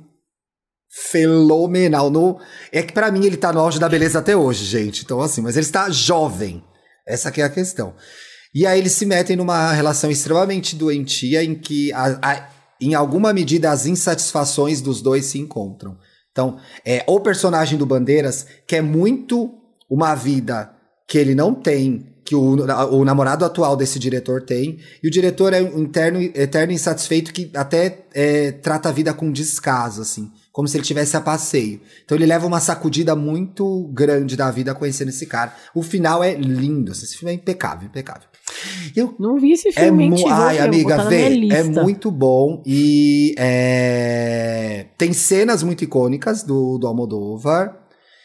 fenomenal. No... É que pra mim ele tá no auge da beleza até hoje, gente. Então assim, mas ele está jovem. Essa que é a questão. E aí eles se metem numa relação extremamente doentia em que, a, a, em alguma medida, as insatisfações dos dois se encontram. Então, é, o personagem do Bandeiras quer muito uma vida que ele não tem, que o, o namorado atual desse diretor tem, e o diretor é um interno, eterno insatisfeito que até é, trata a vida com descaso, assim, como se ele tivesse a passeio. Então ele leva uma sacudida muito grande da vida conhecendo esse cara. O final é lindo, esse filme é impecável, impecável. Eu, não vi esse filme, é mu- Ai, amiga, vê, é lista. muito bom e é, tem cenas muito icônicas do, do Almodóvar.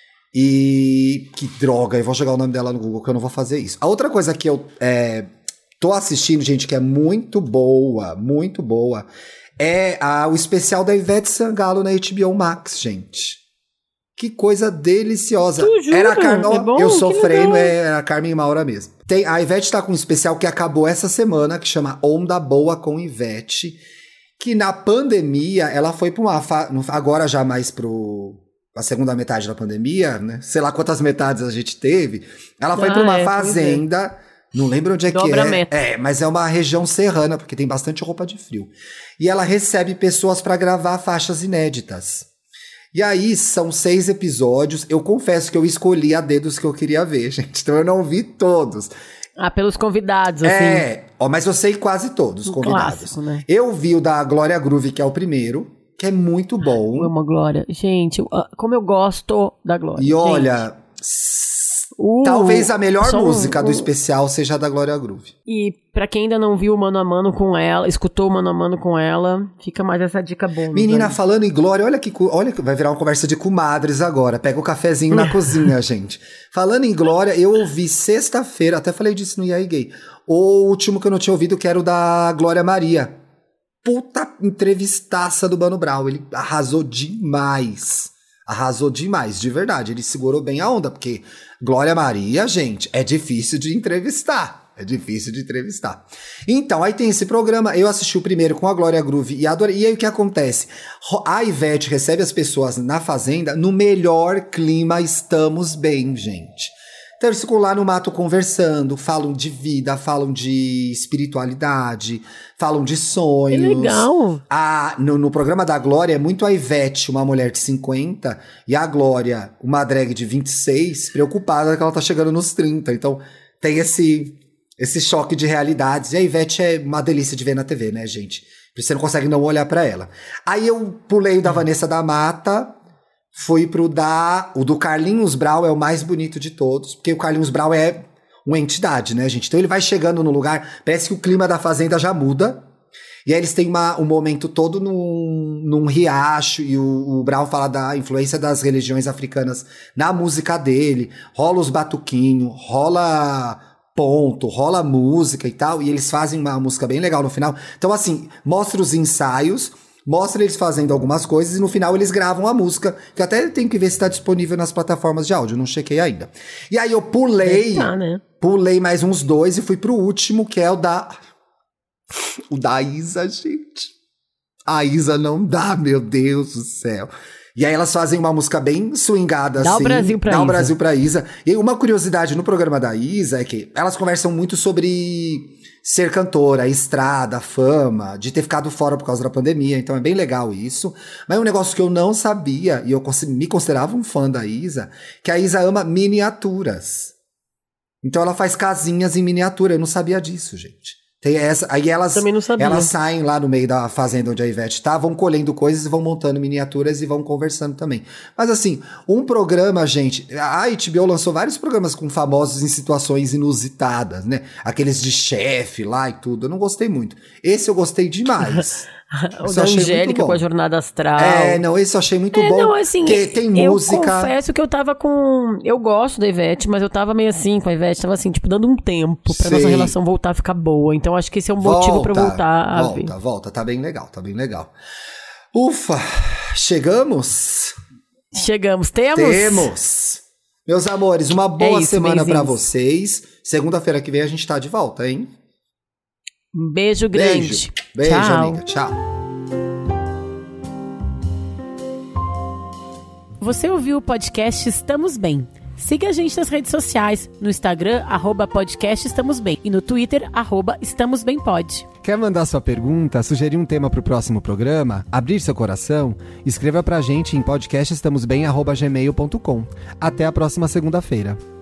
E que droga, eu vou jogar o nome dela no Google que eu não vou fazer isso. A outra coisa que eu é, tô assistindo, gente, que é muito boa, muito boa, é a, o especial da Ivete Sangalo na H B O Max, gente. Que coisa deliciosa. Tu jura? Era a Carmen, É bom? eu Que sofrendo, legal. era a Carmen Maura mesmo. Tem, a Ivete tá com um especial que acabou essa semana, que chama Onda Boa com Ivete, que na pandemia ela foi pra uma fa- agora já mais pro a segunda metade da pandemia, né? Sei lá quantas metades a gente teve. Ela foi Ah, pra uma é, pois é. fazenda, não lembro onde é Dobra que a é. meta. É, mas é uma região serrana, porque tem bastante roupa de frio. E ela recebe pessoas pra gravar faixas inéditas. E aí, são seis episódios. Eu confesso que eu escolhi a dedos que eu queria ver, gente. Então eu não vi todos. Ah, pelos convidados, assim. É, ó, mas eu sei quase todos os Um convidados. clássico, né? Eu vi o da Glória Groove, que é o primeiro, que é muito bom. Eu amo a Glória. Gente, eu- ah, como eu gosto da Glória. E olha, Gente, Uh, Talvez a melhor um, música um... do especial seja a da Glória Groove. E pra quem ainda não viu o Mano a Mano com ela, escutou o Mano a Mano com ela, fica mais essa dica boa. Menina, aí. Falando em Glória, olha que, olha que vai virar uma conversa de comadres agora. Pega o cafezinho na cozinha, gente. Falando em Glória, eu ouvi sexta-feira, até falei disso no E aí Gay, o último que eu não tinha ouvido, que era o da Glória Maria. Puta entrevistaça do Mano Brown. Ele arrasou demais. Arrasou demais, de verdade. Ele segurou bem a onda, porque Glória Maria, gente, é difícil de entrevistar. É difícil de entrevistar. Então, aí tem esse programa. Eu assisti o primeiro com a Glória Groove e adorei. E aí o que acontece? A Ivete recebe as pessoas na Fazenda no melhor clima. Estamos bem, gente. Então eles ficam lá no mato conversando, falam de vida, falam de espiritualidade, falam de sonhos. Que legal! A, no, no programa da Glória é muito a Ivete, uma mulher de cinquenta, e a Glória, uma drag de vinte e seis, preocupada que ela tá chegando nos trinta. Então tem esse, esse choque de realidades. E a Ivete é uma delícia de ver na T V, né, gente? Você não consegue não olhar pra ela. Aí eu pulei o da Vanessa da Mata... Fui pro da... O do Carlinhos Brau é o mais bonito de todos, porque o Carlinhos Brau é uma entidade, né, gente? Então ele vai chegando no lugar, parece que o clima da Fazenda já muda, e aí eles têm uma, um momento todo num, num riacho, e o, o Brau fala da influência das religiões africanas na música dele, rola os batuquinhos, rola... ponto, rola música e tal, e eles fazem uma música bem legal no final. Então, assim, mostra os ensaios, mostra eles fazendo algumas coisas e no final eles gravam a música, que até tenho que ver se tá disponível nas plataformas de áudio, não chequei ainda. E aí eu pulei, tá, né? Pulei mais uns dois e fui pro último, que é o da... O da Isa, gente. A Isa não dá, meu Deus do céu. E aí elas fazem uma música bem swingada, dá assim. O Brasil pra dá Isa. o Brasil pra Isa. E uma curiosidade no programa da Isa é que elas conversam muito sobre ser cantora, estrada, fama, de ter ficado fora por causa da pandemia. Então é bem legal isso. Mas é um negócio que eu não sabia, e eu me considerava um fã da Isa, que a Isa ama miniaturas. Então ela faz casinhas em miniatura. Eu não sabia disso, gente. Tem essa, aí elas, Também não sabia. elas saem lá no meio da fazenda onde a Ivete tá, vão colhendo coisas e vão montando miniaturas e vão conversando também. Mas assim, um programa, gente, a H B O lançou vários programas com famosos em situações inusitadas, né? Aqueles de chefe lá e tudo, eu não gostei muito. Esse eu gostei demais. O da Angélica com a Jornada Astral. É, não, esse eu achei muito é, bom. Não, assim, porque tem eu música. Eu confesso que eu tava com... Eu gosto da Ivete, mas eu tava meio assim com a Ivete. Tava assim, tipo, dando um tempo pra Sei. nossa relação voltar a ficar boa. Então acho que esse é um motivo volta, pra eu voltar a volta, ver. Volta, volta. Tá bem legal, tá bem legal. Ufa, chegamos? Chegamos. Temos? Temos. Meus amores, uma boa é isso, semana benzinhos. pra vocês. Segunda-feira que vem a gente tá de volta, hein? Um beijo grande. Beijo, beijo Tchau. amiga. Tchau. Você ouviu o podcast Estamos Bem. Siga a gente nas redes sociais, no Instagram, arroba podcast Estamos Bem, e no Twitter, arroba Estamos Bem Pod. Quer mandar sua pergunta, sugerir um tema para o próximo programa, abrir seu coração? Escreva pra gente em podcastestamosbem arroba gmail ponto com. Até a próxima segunda-feira.